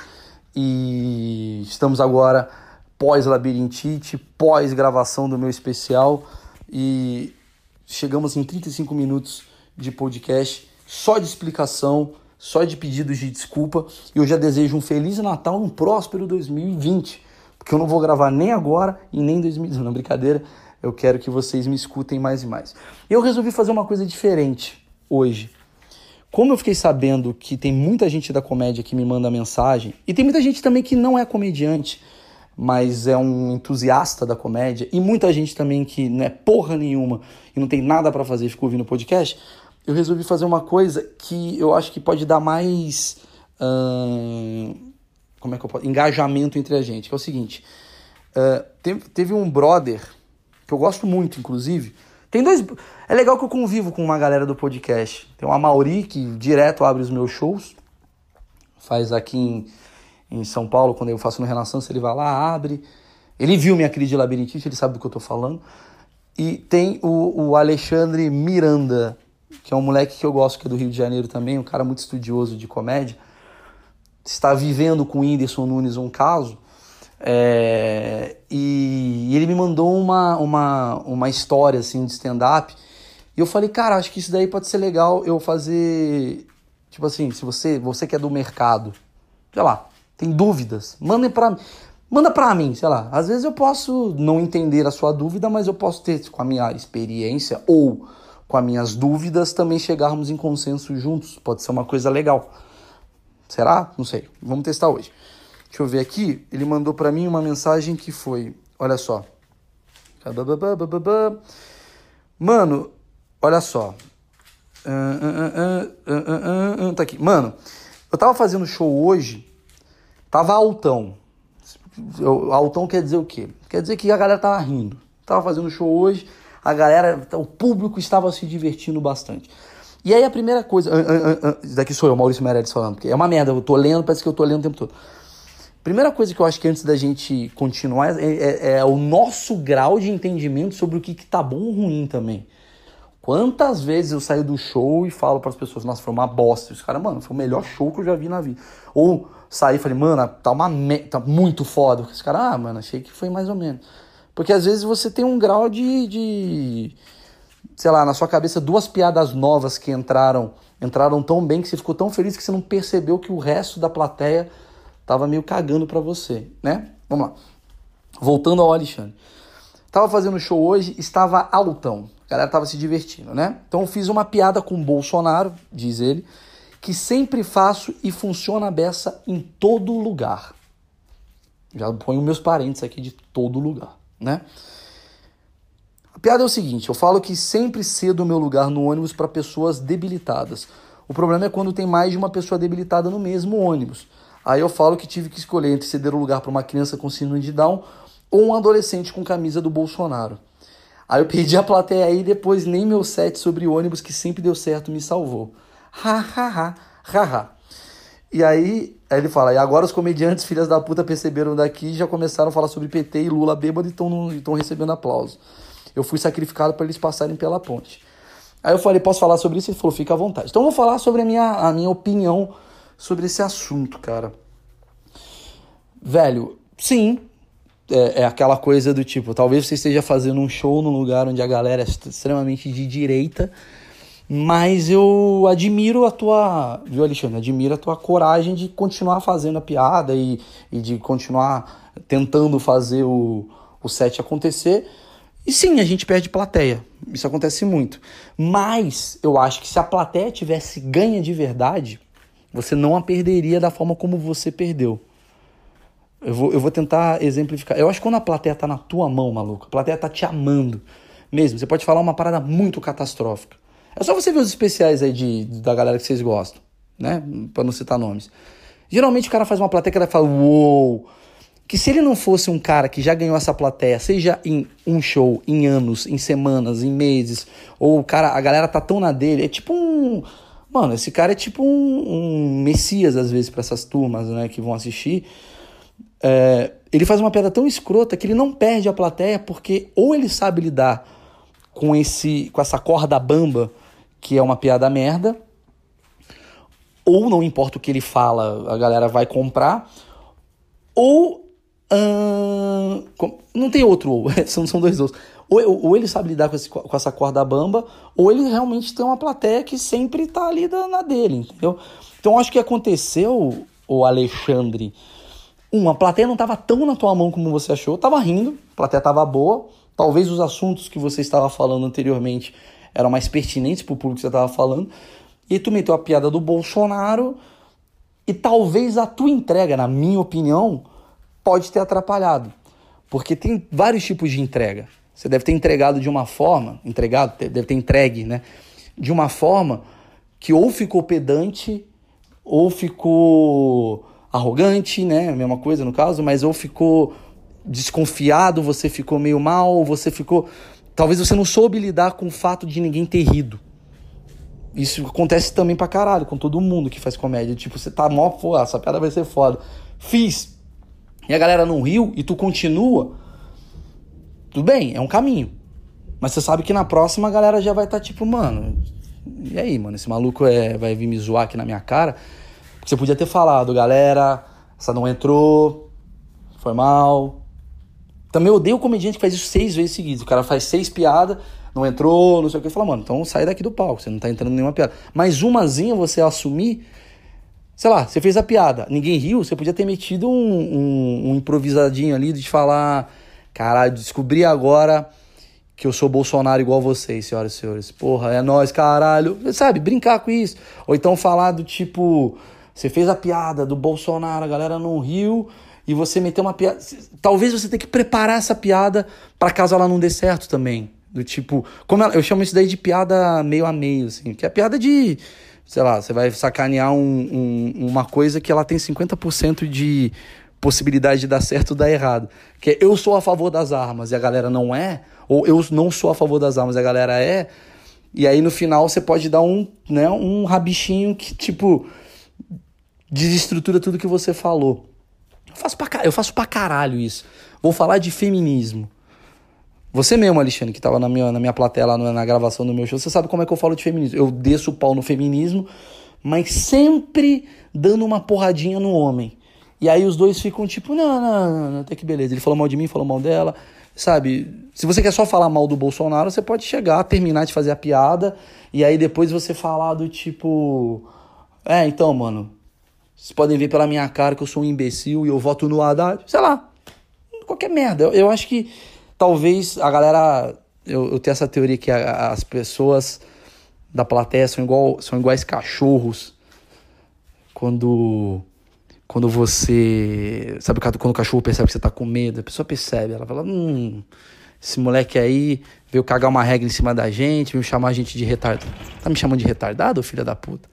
S1: e estamos agora pós-labirintite, pós-gravação do meu especial, e chegamos em 35 minutos de podcast, só de explicação, só de pedidos de desculpa, e eu já desejo um Feliz Natal, um próspero 2020, porque eu não vou gravar nem agora e nem em 2019, não, brincadeira, eu quero que vocês me escutem mais e mais. E eu resolvi fazer uma coisa diferente hoje. Como eu fiquei sabendo que tem muita gente da comédia que me manda mensagem, e tem muita gente também que não é comediante, mas é um entusiasta da comédia, e muita gente também que não é porra nenhuma e não tem nada pra fazer e ficou ouvindo o podcast, eu resolvi fazer uma coisa que eu acho que pode dar mais como é que eu posso? Engajamento entre a gente, que é o seguinte. Teve um brother, que eu gosto muito, inclusive. Tem dois. É legal que eu convivo com uma galera do podcast. Tem o Amaury, que direto abre os meus shows. Faz aqui em São Paulo, quando eu faço no Renaissance, ele vai lá, abre. Ele viu minha crise de labirintite, ele sabe do que eu tô falando. E tem o Alexandre Miranda, que é um moleque que eu gosto, que é do Rio de Janeiro também, um cara muito estudioso de comédia. Está vivendo com o Whindersson Nunes um caso. E ele me mandou uma história assim, de stand-up. E eu falei, cara, acho que isso daí pode ser legal eu fazer. Tipo assim, se você que é do mercado, sei lá, tem dúvidas, manda pra mim, sei lá. Às vezes eu posso não entender a sua dúvida, mas eu posso ter, com a minha experiência ou com as minhas dúvidas, também chegarmos em consenso juntos. Pode ser uma coisa legal. Será? Não sei. Vamos testar hoje. Deixa eu ver aqui. Ele mandou pra mim uma mensagem que foi... Olha só. Mano, olha só. Tá aqui. Mano, eu tava fazendo show hoje. Tava altão. Altão quer dizer o quê? Quer dizer que a galera tava rindo. Tava fazendo show hoje. O público estava se divertindo bastante. E aí a primeira coisa... daqui sou eu, Maurício Meirelles falando. Porque é uma merda. Eu tô lendo, parece que eu tô lendo o tempo todo. Primeira coisa que eu acho que antes da gente continuar é o nosso grau de entendimento sobre o que tá bom ou ruim também. Quantas vezes eu saio do show e falo pras pessoas, nossa, foi uma bosta. E os caras, mano, foi o melhor show que eu já vi na vida. Ou saí e falei, mano, tá muito foda. Os caras, mano, achei que foi mais ou menos. Porque às vezes você tem um grau sei lá, na sua cabeça, 2 piadas novas que entraram tão bem que você ficou tão feliz que você não percebeu que o resto da plateia tava meio cagando pra você, né? Vamos lá. Voltando ao Alexandre. Tava fazendo show hoje, estava altão. A galera tava se divertindo, né? Então eu fiz uma piada com o Bolsonaro, diz ele, que sempre faço e funciona a beça em todo lugar. Já ponho meus parentes aqui de todo lugar, né? A piada é o seguinte, eu falo que sempre cedo o meu lugar no ônibus para pessoas debilitadas. O problema é quando tem mais de uma pessoa debilitada no mesmo ônibus. Aí eu falo que tive que escolher entre ceder o lugar para uma criança com síndrome de Down ou um adolescente com camisa do Bolsonaro. Aí eu perdi a plateia aí e depois nem meu set sobre ônibus que sempre deu certo me salvou. Ha. E aí ele fala, e agora os comediantes filhas da puta perceberam daqui e já começaram a falar sobre PT e Lula bêbado e estão recebendo aplauso. Eu fui sacrificado para eles passarem pela ponte. Aí eu falei, posso falar sobre isso? Ele falou, fica à vontade. Então eu vou falar sobre a minha opinião sobre esse assunto, cara. Velho, sim, é aquela coisa do tipo, talvez você esteja fazendo um show num lugar onde a galera é extremamente de direita, mas eu admiro viu, Alexandre? Admiro a tua coragem de continuar fazendo a piada e de continuar tentando fazer o set acontecer. E sim, a gente perde plateia, isso acontece muito. Mas eu acho que se a plateia tivesse ganha de verdade, você não a perderia da forma como você perdeu. Eu vou tentar exemplificar. Eu acho que quando a plateia tá na tua mão, maluco, a plateia tá te amando mesmo. Você pode falar uma parada muito catastrófica. É só você ver os especiais aí da galera que vocês gostam, né? Pra não citar nomes. Geralmente o cara faz uma plateia que ela fala, uou. Que se ele não fosse um cara que já ganhou essa plateia, seja em um show, em anos, em semanas, em meses, ou a galera tá tão na dele, é tipo um... Mano, esse cara é tipo um messias, às vezes, pra essas turmas, né, que vão assistir. Ele faz uma piada tão escrota que ele não perde a plateia, porque ou ele sabe lidar com essa corda bamba, que é uma piada merda, ou não importa o que ele fala, a galera vai comprar, ou... não tem outro ou, são dois outros. Ou ele sabe lidar com essa corda bamba, ou ele realmente tem uma plateia que sempre tá ali na dele, entendeu? Então acho que aconteceu, o Alexandre, a plateia não tava tão na tua mão como você achou, tava rindo, a plateia tava boa, talvez os assuntos que você estava falando anteriormente eram mais pertinentes pro público que você estava falando, e tu meteu a piada do Bolsonaro, e talvez a tua entrega, na minha opinião, pode ter atrapalhado, porque tem vários tipos de entrega. Você deve ter entregado de uma forma, deve ter entregue, né? de uma forma que ou ficou pedante, ou ficou arrogante, né? A mesma coisa no caso, mas ou ficou desconfiado, você ficou meio mal, ou você ficou... Talvez você não soube lidar com o fato de ninguém ter rido. Isso acontece também pra caralho, com todo mundo que faz comédia. Tipo, você tá mó, pô, essa piada vai ser foda. Fiz. E a galera não riu, e tu continua. Tudo bem, é um caminho. Mas você sabe que na próxima a galera já vai estar tipo, mano... E aí, mano, esse maluco vai vir me zoar aqui na minha cara? Porque você podia ter falado, galera, essa não entrou, foi mal. Também eu odeio o comediante que faz isso 6 vezes seguidas. O cara faz 6 piadas, não entrou, não sei o que. Fala, mano, então sai daqui do palco, você não tá entrando em nenhuma piada. Mas umazinha você assumir, sei lá, você fez a piada, ninguém riu, você podia ter metido um improvisadinho ali de falar, caralho, descobri agora que eu sou Bolsonaro igual vocês, senhoras e senhores. Porra, é nóis, caralho. Sabe, brincar com isso. Ou então falar do tipo, você fez a piada do Bolsonaro, a galera não riu, e você meteu uma piada... Talvez você tenha que preparar essa piada pra caso ela não dê certo também. Do tipo... eu chamo isso daí de piada meio a meio, assim. Que é piada de... Sei lá, você vai sacanear uma coisa que ela tem 50% de possibilidade de dar certo ou dar errado. Que é, eu sou a favor das armas e a galera não é... Ou eu não sou a favor das armas, a galera é, e aí no final você pode dar um rabichinho que, tipo, desestrutura tudo que você falou. Eu faço pra caralho isso. Vou falar de feminismo. Você mesmo, Alexandre, que tava na minha plateia lá na gravação do meu show, você sabe como é que eu falo de feminismo. Eu desço o pau no feminismo, mas sempre dando uma porradinha no homem. E aí os dois ficam tipo, não, até que beleza. Ele falou mal de mim, falou mal dela... Sabe, se você quer só falar mal do Bolsonaro, você pode chegar, terminar de fazer a piada, e aí depois você falar do tipo... então, mano, vocês podem ver pela minha cara que eu sou um imbecil e eu voto no Haddad. Sei lá, qualquer merda. Eu acho que talvez a galera... Eu tenho essa teoria que as pessoas da plateia são iguais cachorros quando você... Sabe quando o cachorro percebe que você tá com medo? A pessoa percebe, ela fala... esse moleque aí veio cagar uma regra em cima da gente, veio chamar a gente de retardado. Tá me chamando de retardado, filha da puta?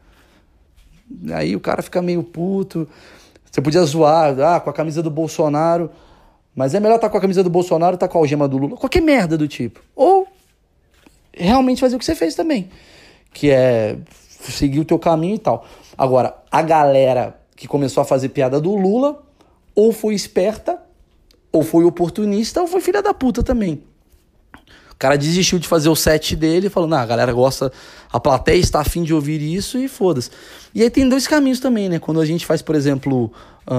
S1: Aí o cara fica meio puto. Você podia zoar, com a camisa do Bolsonaro, mas é melhor estar com a camisa do Bolsonaro e tá com a algema do Lula. Qualquer merda do tipo. Ou realmente fazer o que você fez também, que é seguir o teu caminho e tal. Agora, a galera que começou a fazer piada do Lula, ou foi esperta, ou foi oportunista, ou foi filha da puta também. O cara desistiu de fazer o set dele, falou, a galera gosta, a plateia está afim de ouvir isso, e foda-se. E aí tem 2 caminhos também, né? Quando a gente faz, por exemplo,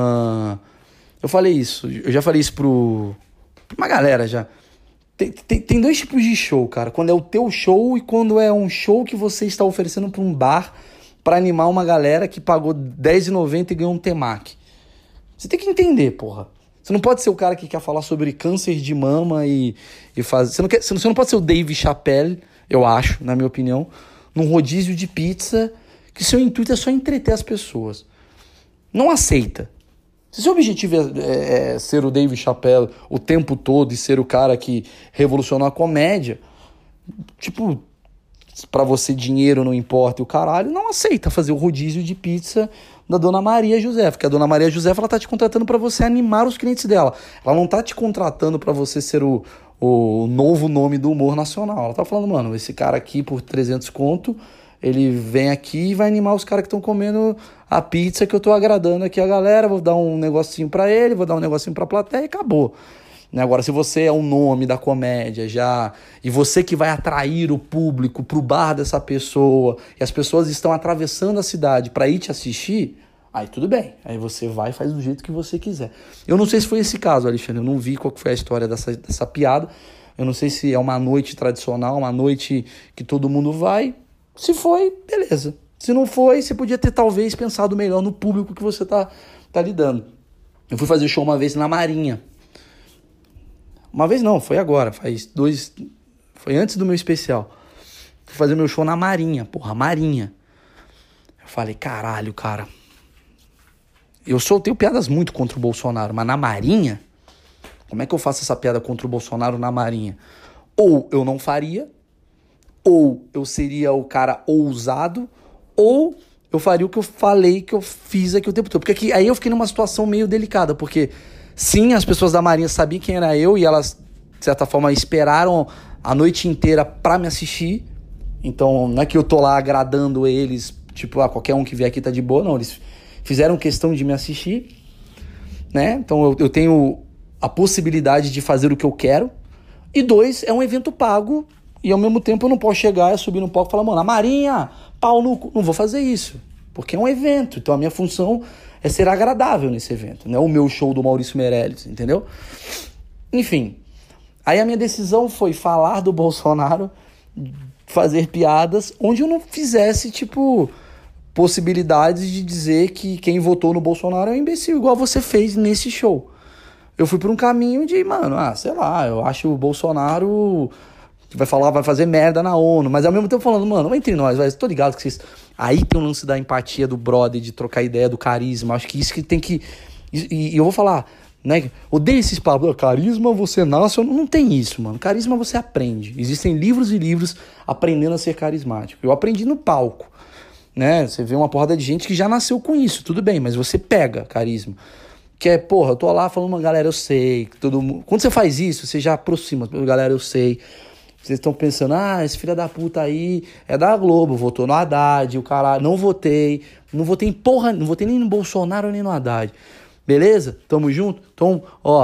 S1: eu já falei isso pra uma galera já. Tem 2 tipos de show, cara. Quando é o teu show e quando é um show que você está oferecendo pra um bar pra animar uma galera que pagou R$10,90 e ganhou um temaki. Você tem que entender, porra. Você não pode ser o cara que quer falar sobre câncer de mama e fazer... Você não pode ser o Dave Chappelle, eu acho, na minha opinião, num rodízio de pizza que seu intuito é só entreter as pessoas. Não aceita. Se seu objetivo é ser o Dave Chappelle o tempo todo e ser o cara que revolucionou a comédia, tipo... Pra você dinheiro não importa e o caralho, não aceita fazer o rodízio de pizza da Dona Maria José, porque a Dona Maria José ela tá te contratando pra você animar os clientes dela. Ela não tá te contratando pra você ser o novo nome do humor nacional. Ela tá falando, mano, esse cara aqui por 300 conto, ele vem aqui e vai animar os caras que estão comendo a pizza que eu tô agradando aqui a galera, vou dar um negocinho pra ele, vou dar um negocinho pra plateia e acabou. Agora, se você é um nome da comédia já, e você que vai atrair o público pro bar dessa pessoa, e as pessoas estão atravessando a cidade para ir te assistir, aí tudo bem. Aí você vai e faz do jeito que você quiser. Eu não sei se foi esse caso, Alexandre, eu não vi qual foi a história dessa piada, eu não sei se é uma noite tradicional, uma noite que todo mundo vai. Se foi, beleza. Se não foi, você podia ter talvez pensado melhor no público que você tá lidando. Eu fui fazer show uma vez na Marinha. Uma vez não, foi agora, foi antes do meu especial. Fui fazer meu show na Marinha, Marinha. Eu falei, caralho, cara. Eu tenho piadas muito contra o Bolsonaro, mas na Marinha, como é que eu faço essa piada contra o Bolsonaro na Marinha? Ou eu não faria, Ou eu seria o cara ousado, ou eu faria o que eu falei que eu fiz aqui o tempo todo. Porque aqui, aí eu fiquei numa situação meio delicada, porque sim, as pessoas da Marinha sabiam quem era eu e elas, de certa forma, esperaram a noite inteira pra me assistir. Então, não é que eu tô lá agradando eles, tipo, qualquer um que vier aqui tá de boa, não. Eles fizeram questão de me assistir, né? Então, eu tenho a possibilidade de fazer o que eu quero. E 2, é um evento pago e, ao mesmo tempo, eu não posso chegar, subir no palco e falar, mano, a Marinha, pau no cu. Não vou fazer isso, porque é um evento. Então, a minha função é ser agradável nesse evento, não é o meu show do Maurício Meirelles, entendeu? Enfim, aí a minha decisão foi falar do Bolsonaro, fazer piadas onde eu não fizesse, tipo, possibilidades de dizer que quem votou no Bolsonaro é um imbecil, igual você fez nesse show. Eu fui por um caminho de, mano, sei lá, eu acho o Bolsonaro vai fazer merda na ONU, mas ao mesmo tempo falando, mano, entre nós, velho, tô ligado que vocês... Aí tem um lance da empatia do brother, de trocar ideia, do carisma, acho que isso que tem que... E eu vou falar, né, odeio esses papos, carisma você nasce, não tem isso, mano, carisma você aprende, existem livros e livros aprendendo a ser carismático, eu aprendi no palco, né, você vê uma porrada de gente que já nasceu com isso, tudo bem, mas você pega carisma, que é, porra, eu tô lá falando, galera, eu sei, todo mundo... Quando você faz isso, você já aproxima, galera, eu sei... Vocês estão pensando, esse filho da puta aí é da Globo, votou no Haddad, o caralho, não votei em porra, não votei nem no Bolsonaro nem no Haddad. Beleza? Tamo junto? Então,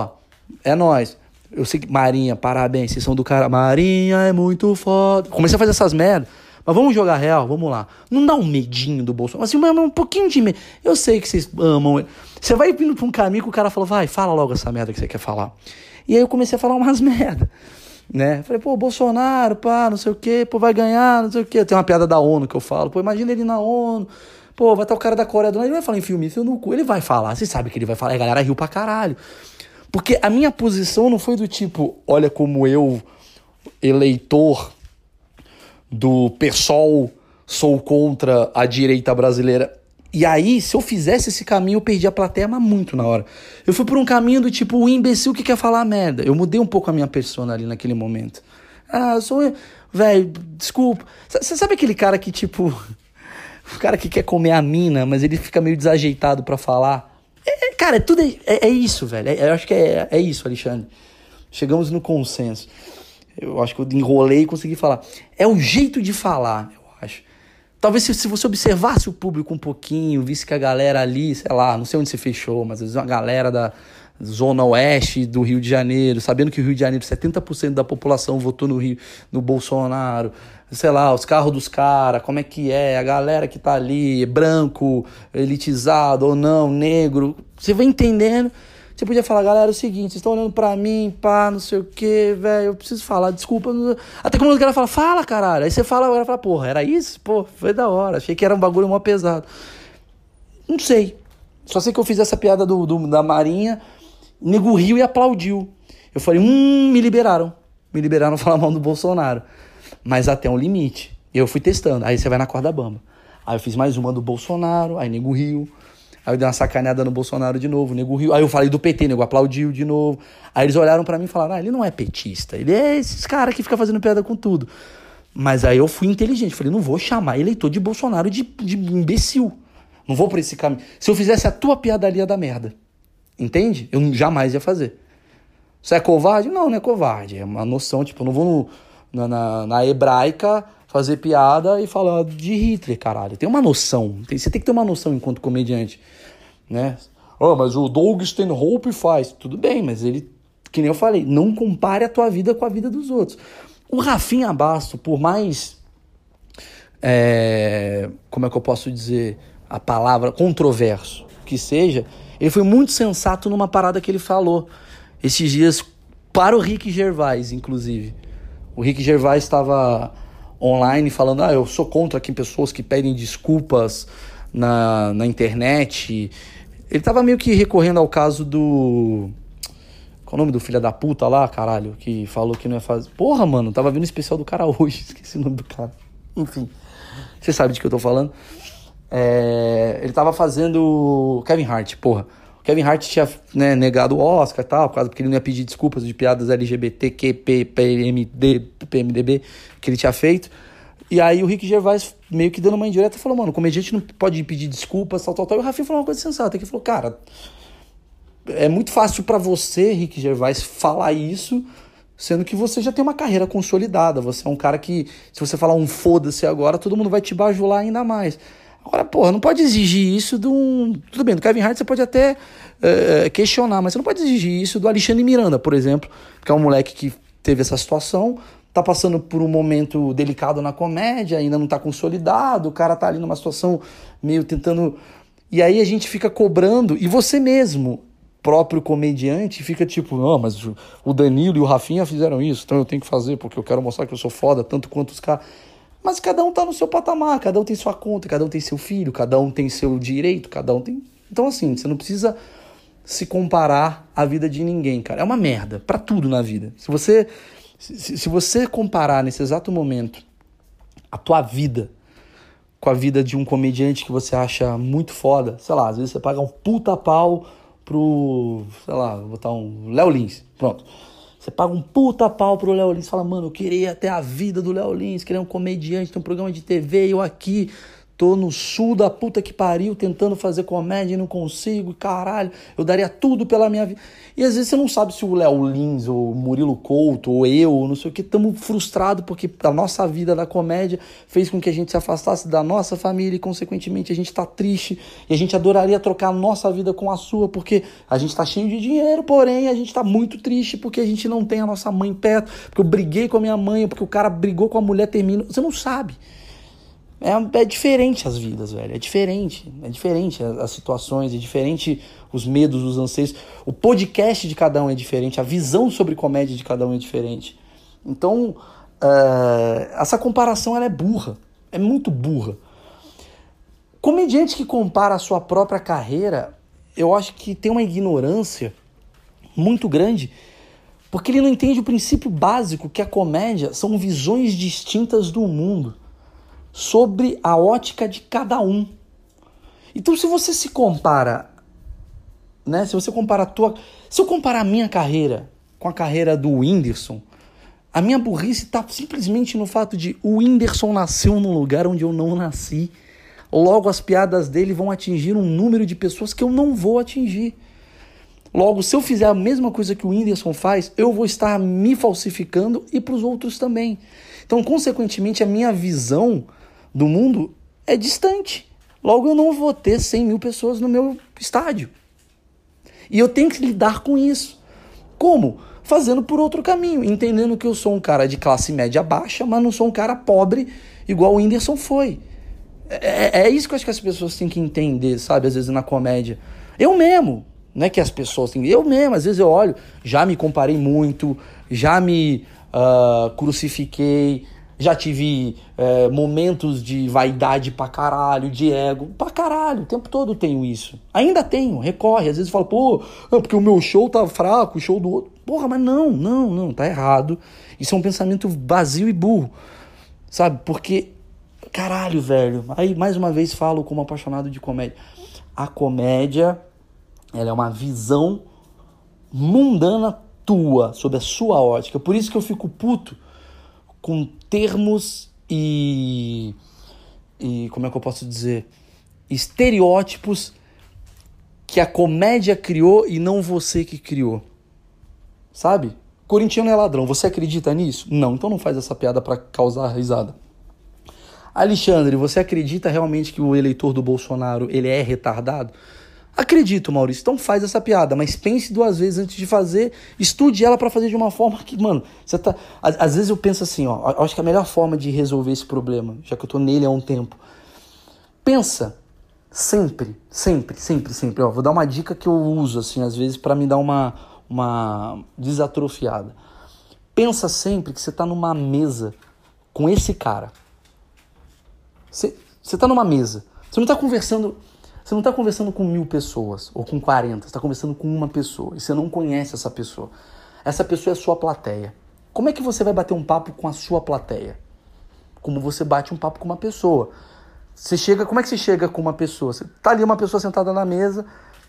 S1: é nóis. Eu sei que, Marinha, parabéns, vocês são do cara, Marinha é muito foda. Comecei a fazer essas merdas, mas vamos jogar real, vamos lá. Não dá um medinho do Bolsonaro, assim, um pouquinho de medo. Eu sei que vocês amam ele. Você vai vindo pra um caminho que o cara falou, vai, fala logo essa merda que você quer falar. E aí eu comecei a falar umas merda. Né? Falei, Bolsonaro, não sei o que, vai ganhar, não sei o que. Tem uma piada da ONU que eu falo, imagina ele na ONU, vai estar o cara da Coreia do Norte, ele vai falar em filme, isso no cu, ele vai falar, você sabe que ele vai falar, e a galera riu pra caralho. Porque a minha posição não foi do tipo, olha como eu, eleitor do PSOL, sou contra a direita brasileira. E aí, se eu fizesse esse caminho, eu perdi a plateia, mas muito na hora. Eu fui por um caminho do tipo, o imbecil que quer falar merda. Eu mudei um pouco a minha persona ali naquele momento. Eu sou... Velho, desculpa. Você sabe aquele cara que, tipo... O cara que quer comer a mina, mas ele fica meio desajeitado pra falar? Cara, tudo é isso, velho. Eu acho que é isso, Alexandre. Chegamos no consenso. Eu acho que eu enrolei e consegui falar. É o jeito de falar, eu acho. Talvez se você observasse o público um pouquinho, visse que a galera ali, sei lá, não sei onde se fechou, mas às vezes uma galera da zona oeste do Rio de Janeiro, sabendo que o Rio de Janeiro, 70% da população votou no Bolsonaro, sei lá, os carros dos caras, como é que é, a galera que tá ali, branco, elitizado ou não, negro, você vai entendendo. Você podia falar, galera, é o seguinte, vocês estão olhando pra mim, não sei o que, velho, eu preciso falar, desculpa. Até quando o cara fala, caralho. Aí você fala, o cara fala, porra, era isso? Pô, foi da hora, achei que era um bagulho mó pesado. Não sei. Só sei que eu fiz essa piada da Marinha, nego riu e aplaudiu. Eu falei, me liberaram. Me liberaram falar mal do Bolsonaro. Mas até um limite. Eu fui testando. Aí você vai na corda bamba. Aí eu fiz mais uma do Bolsonaro, aí nego riu. Aí eu dei uma sacaneada no Bolsonaro de novo, o nego riu. Aí eu falei do PT, o nego aplaudiu de novo. Aí eles olharam pra mim e falaram, ele não é petista, ele é esses caras que ficam fazendo piada com tudo. Mas aí eu fui inteligente, falei, não vou chamar eleitor de Bolsonaro de imbecil. Não vou por esse caminho. Se eu fizesse a tua piada ali ia dar merda. Entende? Eu jamais ia fazer. Você é covarde? Não é covarde. É uma noção, tipo, eu não vou na hebraica fazer piada e falar de Hitler, caralho. Tem uma noção. Você tem que ter uma noção enquanto comediante, né? Mas o Doug Stanhope faz. Tudo bem, mas ele, que nem eu falei, não compare a tua vida com a vida dos outros. O Rafinha Bastos, por mais... como é que eu posso dizer a palavra? Controverso que seja, ele foi muito sensato numa parada que ele falou esses dias para o Rick Gervais, inclusive. O Rick Gervais estava online falando, eu sou contra aqui pessoas que pedem desculpas na internet. Ele tava meio que recorrendo ao caso do... Qual é o nome do filho da puta lá, caralho? Que falou que não ia fazer... Porra, mano, tava vendo o especial do cara hoje, esqueci o nome do cara. Enfim, você sabe de que eu tô falando. Ele tava fazendo Kevin Hart, porra. Kevin Hart tinha, né, negado o Oscar e tal, porque ele não ia pedir desculpas de piadas LGBTQ, PMDB que ele tinha feito. E aí o Rick Gervais meio que dando uma indireta falou, mano, o comediante não pode pedir desculpas, tal. E o Rafinha falou uma coisa sensata, que ele falou, cara, é muito fácil pra você, Rick Gervais, falar isso, sendo que você já tem uma carreira consolidada. Você é um cara que, se você falar um foda-se agora, todo mundo vai te bajular ainda mais. Agora, porra, não pode exigir isso Tudo bem, do Kevin Hart você pode até questionar, mas você não pode exigir isso do Alexandre Miranda, por exemplo, que é um moleque que teve essa situação, tá passando por um momento delicado na comédia, ainda não tá consolidado, o cara tá ali numa situação meio tentando... E aí a gente fica cobrando, e você mesmo, próprio comediante, fica tipo, não, mas o Danilo e o Rafinha fizeram isso, então eu tenho que fazer, porque eu quero mostrar que eu sou foda, tanto quanto os caras... Mas cada um tá no seu patamar, cada um tem sua conta, cada um tem seu filho, cada um tem seu direito, cada um tem... Então, assim, você não precisa se comparar à vida de ninguém, cara. É uma merda, pra tudo na vida. Se você comparar nesse exato momento a tua vida com a vida de um comediante que você acha muito foda, sei lá, às vezes você paga um puta pau pro, sei lá, vou botar um Léo Lins, pronto. Você paga um puta pau pro Léo Lins, fala, mano, eu queria ter a vida do Léo Lins, queria um comediante, ter um programa de TV, eu aqui, tô no sul da puta que pariu, tentando fazer comédia e não consigo, caralho, eu daria tudo pela minha vida. E às vezes você não sabe se o Léo Lins, ou o Murilo Couto, ou eu, ou não sei o que, estamos frustrados porque a nossa vida da comédia fez com que a gente se afastasse da nossa família e, consequentemente, a gente tá triste e a gente adoraria trocar a nossa vida com a sua porque a gente tá cheio de dinheiro, porém a gente tá muito triste porque a gente não tem a nossa mãe perto, porque eu briguei com a minha mãe, porque o cara brigou com a mulher, termina. Você não sabe. É diferente as vidas, velho. É diferente as situações, é diferente os medos, os anseios. O podcast de cada um é diferente, a visão sobre comédia de cada um é diferente. Então, essa comparação ela é burra, é muito burra. Comediante que compara a sua própria carreira, eu acho que tem uma ignorância muito grande, porque ele não entende o princípio básico que a comédia são visões distintas do mundo, sobre a ótica de cada um. Então, se você se compara, né? Se você compara se eu comparar a minha carreira com a carreira do Whindersson, a minha burrice está simplesmente no fato de o Whindersson nasceu num lugar onde eu não nasci. Logo, as piadas dele vão atingir um número de pessoas que eu não vou atingir. Logo, se eu fizer a mesma coisa que o Whindersson faz, eu vou estar me falsificando e para os outros também. Então, consequentemente, a minha visão do mundo é distante. Logo, eu não vou ter 100 mil pessoas no meu estádio. E eu tenho que lidar com isso. Como? Fazendo por outro caminho, entendendo que eu sou um cara de classe média baixa, mas não sou um cara pobre igual o Whindersson foi. É isso que eu acho que as pessoas têm que entender, sabe? Às vezes na comédia. Eu mesmo, não é que as pessoas têm... Eu mesmo, às vezes eu olho, já me comparei muito, já me crucifiquei, já tive momentos de vaidade pra caralho, de ego, pra caralho, o tempo todo tenho isso. Ainda tenho, recorre, às vezes falo, pô, porque o meu show tá fraco, o show do outro. Porra, mas não, tá errado. Isso é um pensamento vazio e burro, sabe? Porque, caralho, velho, aí mais uma vez falo como apaixonado de comédia. A comédia, ela é uma visão mundana tua, sob a sua ótica. Por isso que eu fico puto com termos e como é que eu posso dizer? Estereótipos que a comédia criou e não você que criou. Sabe? Corintiano é ladrão. Você acredita nisso? Não, então não faz essa piada pra causar risada. Alexandre, você acredita realmente que o eleitor do Bolsonaro ele é retardado? Acredito, Maurício. Então faz essa piada, mas pense 2 vezes antes de fazer, estude ela pra fazer de uma forma que, mano, você tá... Às vezes eu penso assim, ó, eu acho que a melhor forma de resolver esse problema, já que eu tô nele há um tempo, pensa sempre, ó, vou dar uma dica que eu uso, assim, às vezes pra me dar uma desatrofiada. Pensa sempre que você tá numa mesa com esse cara. Você tá numa mesa, você não tá conversando com 1000 pessoas, ou com 40, você tá conversando com uma pessoa, e você não conhece essa pessoa. Essa pessoa é a sua plateia. Como é que você vai bater um papo com a sua plateia? Como você bate um papo com uma pessoa. Como é que você chega com uma pessoa? Você tá ali uma pessoa sentada na mesa,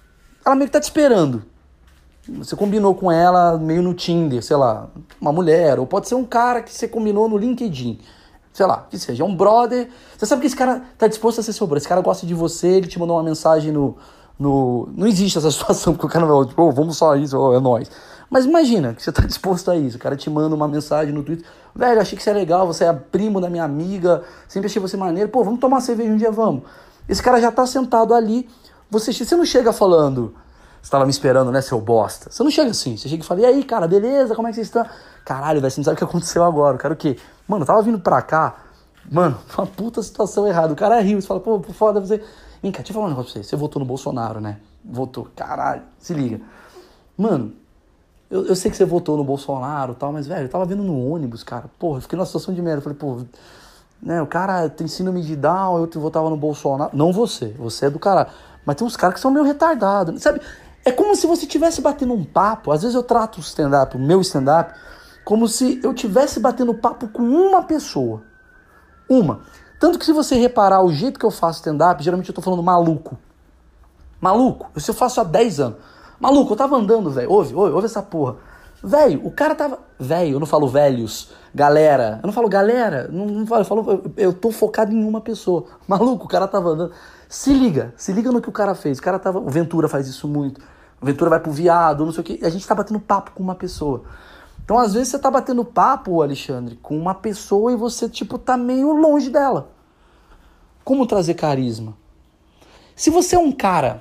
S1: ela meio que tá te esperando. Você combinou com ela meio no Tinder, sei lá, uma mulher, ou pode ser um cara que você combinou no LinkedIn, sei lá, que seja, um brother. Você sabe que esse cara tá disposto a ser seu brother, esse cara gosta de você, ele te mandou uma mensagem no... Não existe essa situação, porque o cara não vai, tipo, vamos só isso, é nóis. Mas imagina que você tá disposto a isso, o cara te manda uma mensagem no Twitter, velho, achei que você é legal, você é primo da minha amiga, sempre achei você maneiro, pô, vamos tomar uma cerveja um dia, vamos. Esse cara já tá sentado ali, você não chega falando, você tava me esperando, né, seu bosta? Você não chega assim, você chega e fala, e aí, cara, beleza, como é que vocês estão? Caralho, velho, você não sabe o que aconteceu agora, o cara o quê? Mano, eu tava vindo pra cá, mano, uma puta situação errada, o cara riu, você fala, pô, foda você... Vem cá, deixa eu falar um negócio pra você, você votou no Bolsonaro, né? Votou, caralho, se liga. Mano, eu sei que você votou no Bolsonaro e tal, mas, velho, eu tava vendo no ônibus, cara, porra, eu fiquei numa situação de merda, eu falei, pô, né, o cara tem síndrome de Down, eu votava no Bolsonaro, não você é do caralho, mas tem uns caras que são meio retardados, sabe? É como se você estivesse batendo um papo, às vezes eu trato o meu stand-up, como se eu estivesse batendo papo com uma pessoa, tanto que se você reparar o jeito que eu faço stand-up, geralmente eu tô falando maluco, isso eu faço há 10 anos. Maluco, eu tava andando, velho. Ouve essa porra. Velho, o cara tava... Velho, eu não falo velhos, galera. Eu não falo galera. Não falo, eu tô focado em uma pessoa. Maluco, o cara tava andando. Se liga no que o cara fez. O cara tava... O Ventura faz isso muito. O Ventura vai pro viado, não sei o quê. A gente tá batendo papo com uma pessoa. Então, às vezes, você tá batendo papo, Alexandre, com uma pessoa e você, tipo, tá meio longe dela. Como trazer carisma? Se você é um cara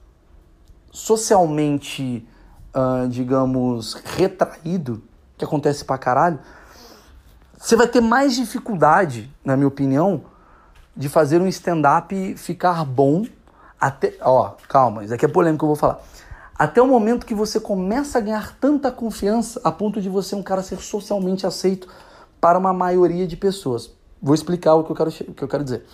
S1: socialmente, digamos, retraído, que acontece pra caralho, você vai ter mais dificuldade, na minha opinião, de fazer um stand-up ficar bom até... Ó, calma, isso aqui é polêmico que eu vou falar. Até o momento que você começa a ganhar tanta confiança a ponto de você um cara ser socialmente aceito para uma maioria de pessoas. Vou explicar o que eu quero dizer.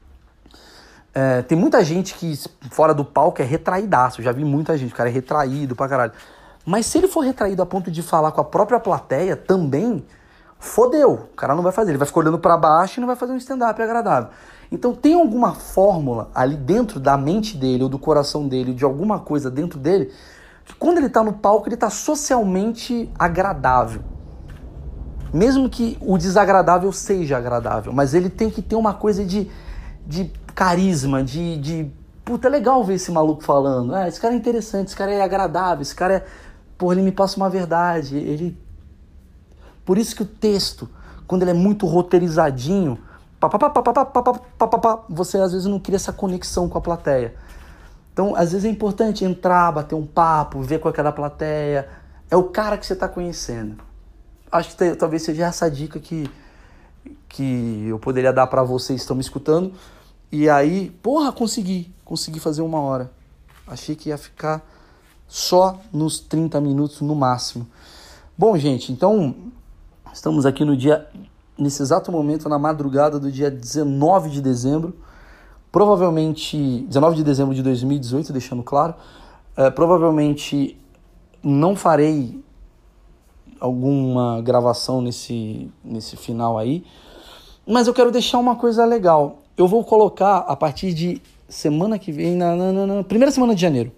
S1: Tem muita gente que fora do palco é retraídaço. Eu já vi muita gente, o cara é retraído pra caralho. Mas se ele for retraído a ponto de falar com a própria plateia também, fodeu. O cara não vai fazer, ele vai ficar olhando pra baixo e não vai fazer um stand-up agradável. Então tem alguma fórmula ali dentro da mente dele, ou do coração dele, de alguma coisa dentro dele, que quando ele tá no palco, ele tá socialmente agradável. Mesmo que o desagradável seja agradável, mas ele tem que ter uma coisa de carisma, puta, é legal ver esse maluco falando, esse cara é interessante, esse cara é agradável, esse cara é, porra, ele me passa uma verdade, por isso que o texto, quando ele é muito roteirizadinho, você às vezes não cria essa conexão com a plateia. Então, às vezes é importante entrar, bater um papo, ver qual é da plateia, é o cara que você tá conhecendo. Acho que talvez seja essa dica que eu poderia dar pra vocês que estão me escutando. E aí, porra, consegui fazer 1 hora. Achei que ia ficar só nos 30 minutos no máximo. Bom, gente, então estamos aqui nesse exato momento, na madrugada do dia 19 de dezembro. Provavelmente, 19 de dezembro de 2018, deixando claro. Provavelmente não farei alguma gravação nesse final aí. Mas eu quero deixar uma coisa legal. Eu vou colocar, a partir de semana que vem, na primeira semana de janeiro,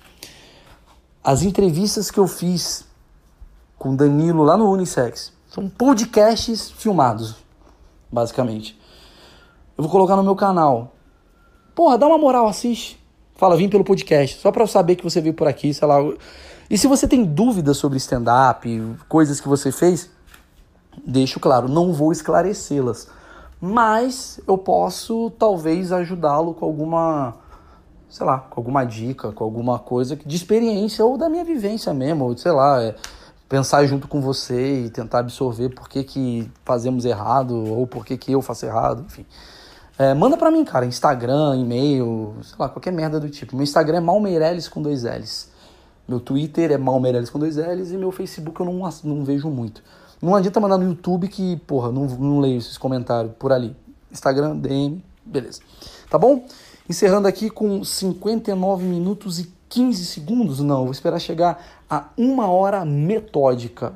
S1: as entrevistas que eu fiz com Danilo lá no Unissex. São podcasts filmados, basicamente. Eu vou colocar no meu canal. Porra, dá uma moral, assiste. Fala, vim pelo podcast, só pra eu saber que você veio por aqui, sei lá. E se você tem dúvidas sobre stand-up, coisas que você fez, deixo claro, não vou esclarecê-las. Mas eu posso, talvez, ajudá-lo com alguma, sei lá, com alguma dica, com alguma coisa de experiência ou da minha vivência mesmo, ou sei lá, pensar junto com você e tentar absorver por que fazemos errado ou por que eu faço errado, enfim. Manda pra mim, cara, Instagram, e-mail, sei lá, qualquer merda do tipo. Meu Instagram é Malmeireles com 2 L's. Meu Twitter é Malmeireles com 2 L's e meu Facebook eu não vejo muito. Não adianta mandar no YouTube que, porra, não leio esses comentários por ali. Instagram, DM, beleza. Tá bom? Encerrando aqui com 59 minutos e 15 segundos. Não, vou esperar chegar a 1 hora metódica,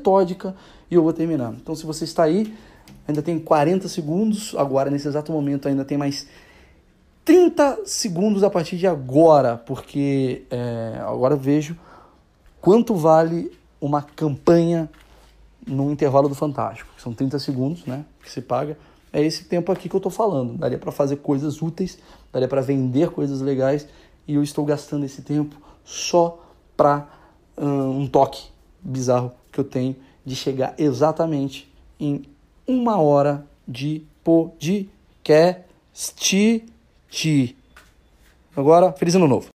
S1: e eu vou terminando. Então, se você está aí, ainda tem 40 segundos. Agora, nesse exato momento, ainda tem mais 30 segundos a partir de agora, porque agora eu vejo quanto vale uma campanha no intervalo do Fantástico. São 30 segundos, né, que se paga. É esse tempo aqui que eu tô falando. Daria para fazer coisas úteis, daria para vender coisas legais, e eu estou gastando esse tempo só para um toque bizarro que eu tenho de chegar exatamente em 1 hora de podcast. Agora, feliz ano novo.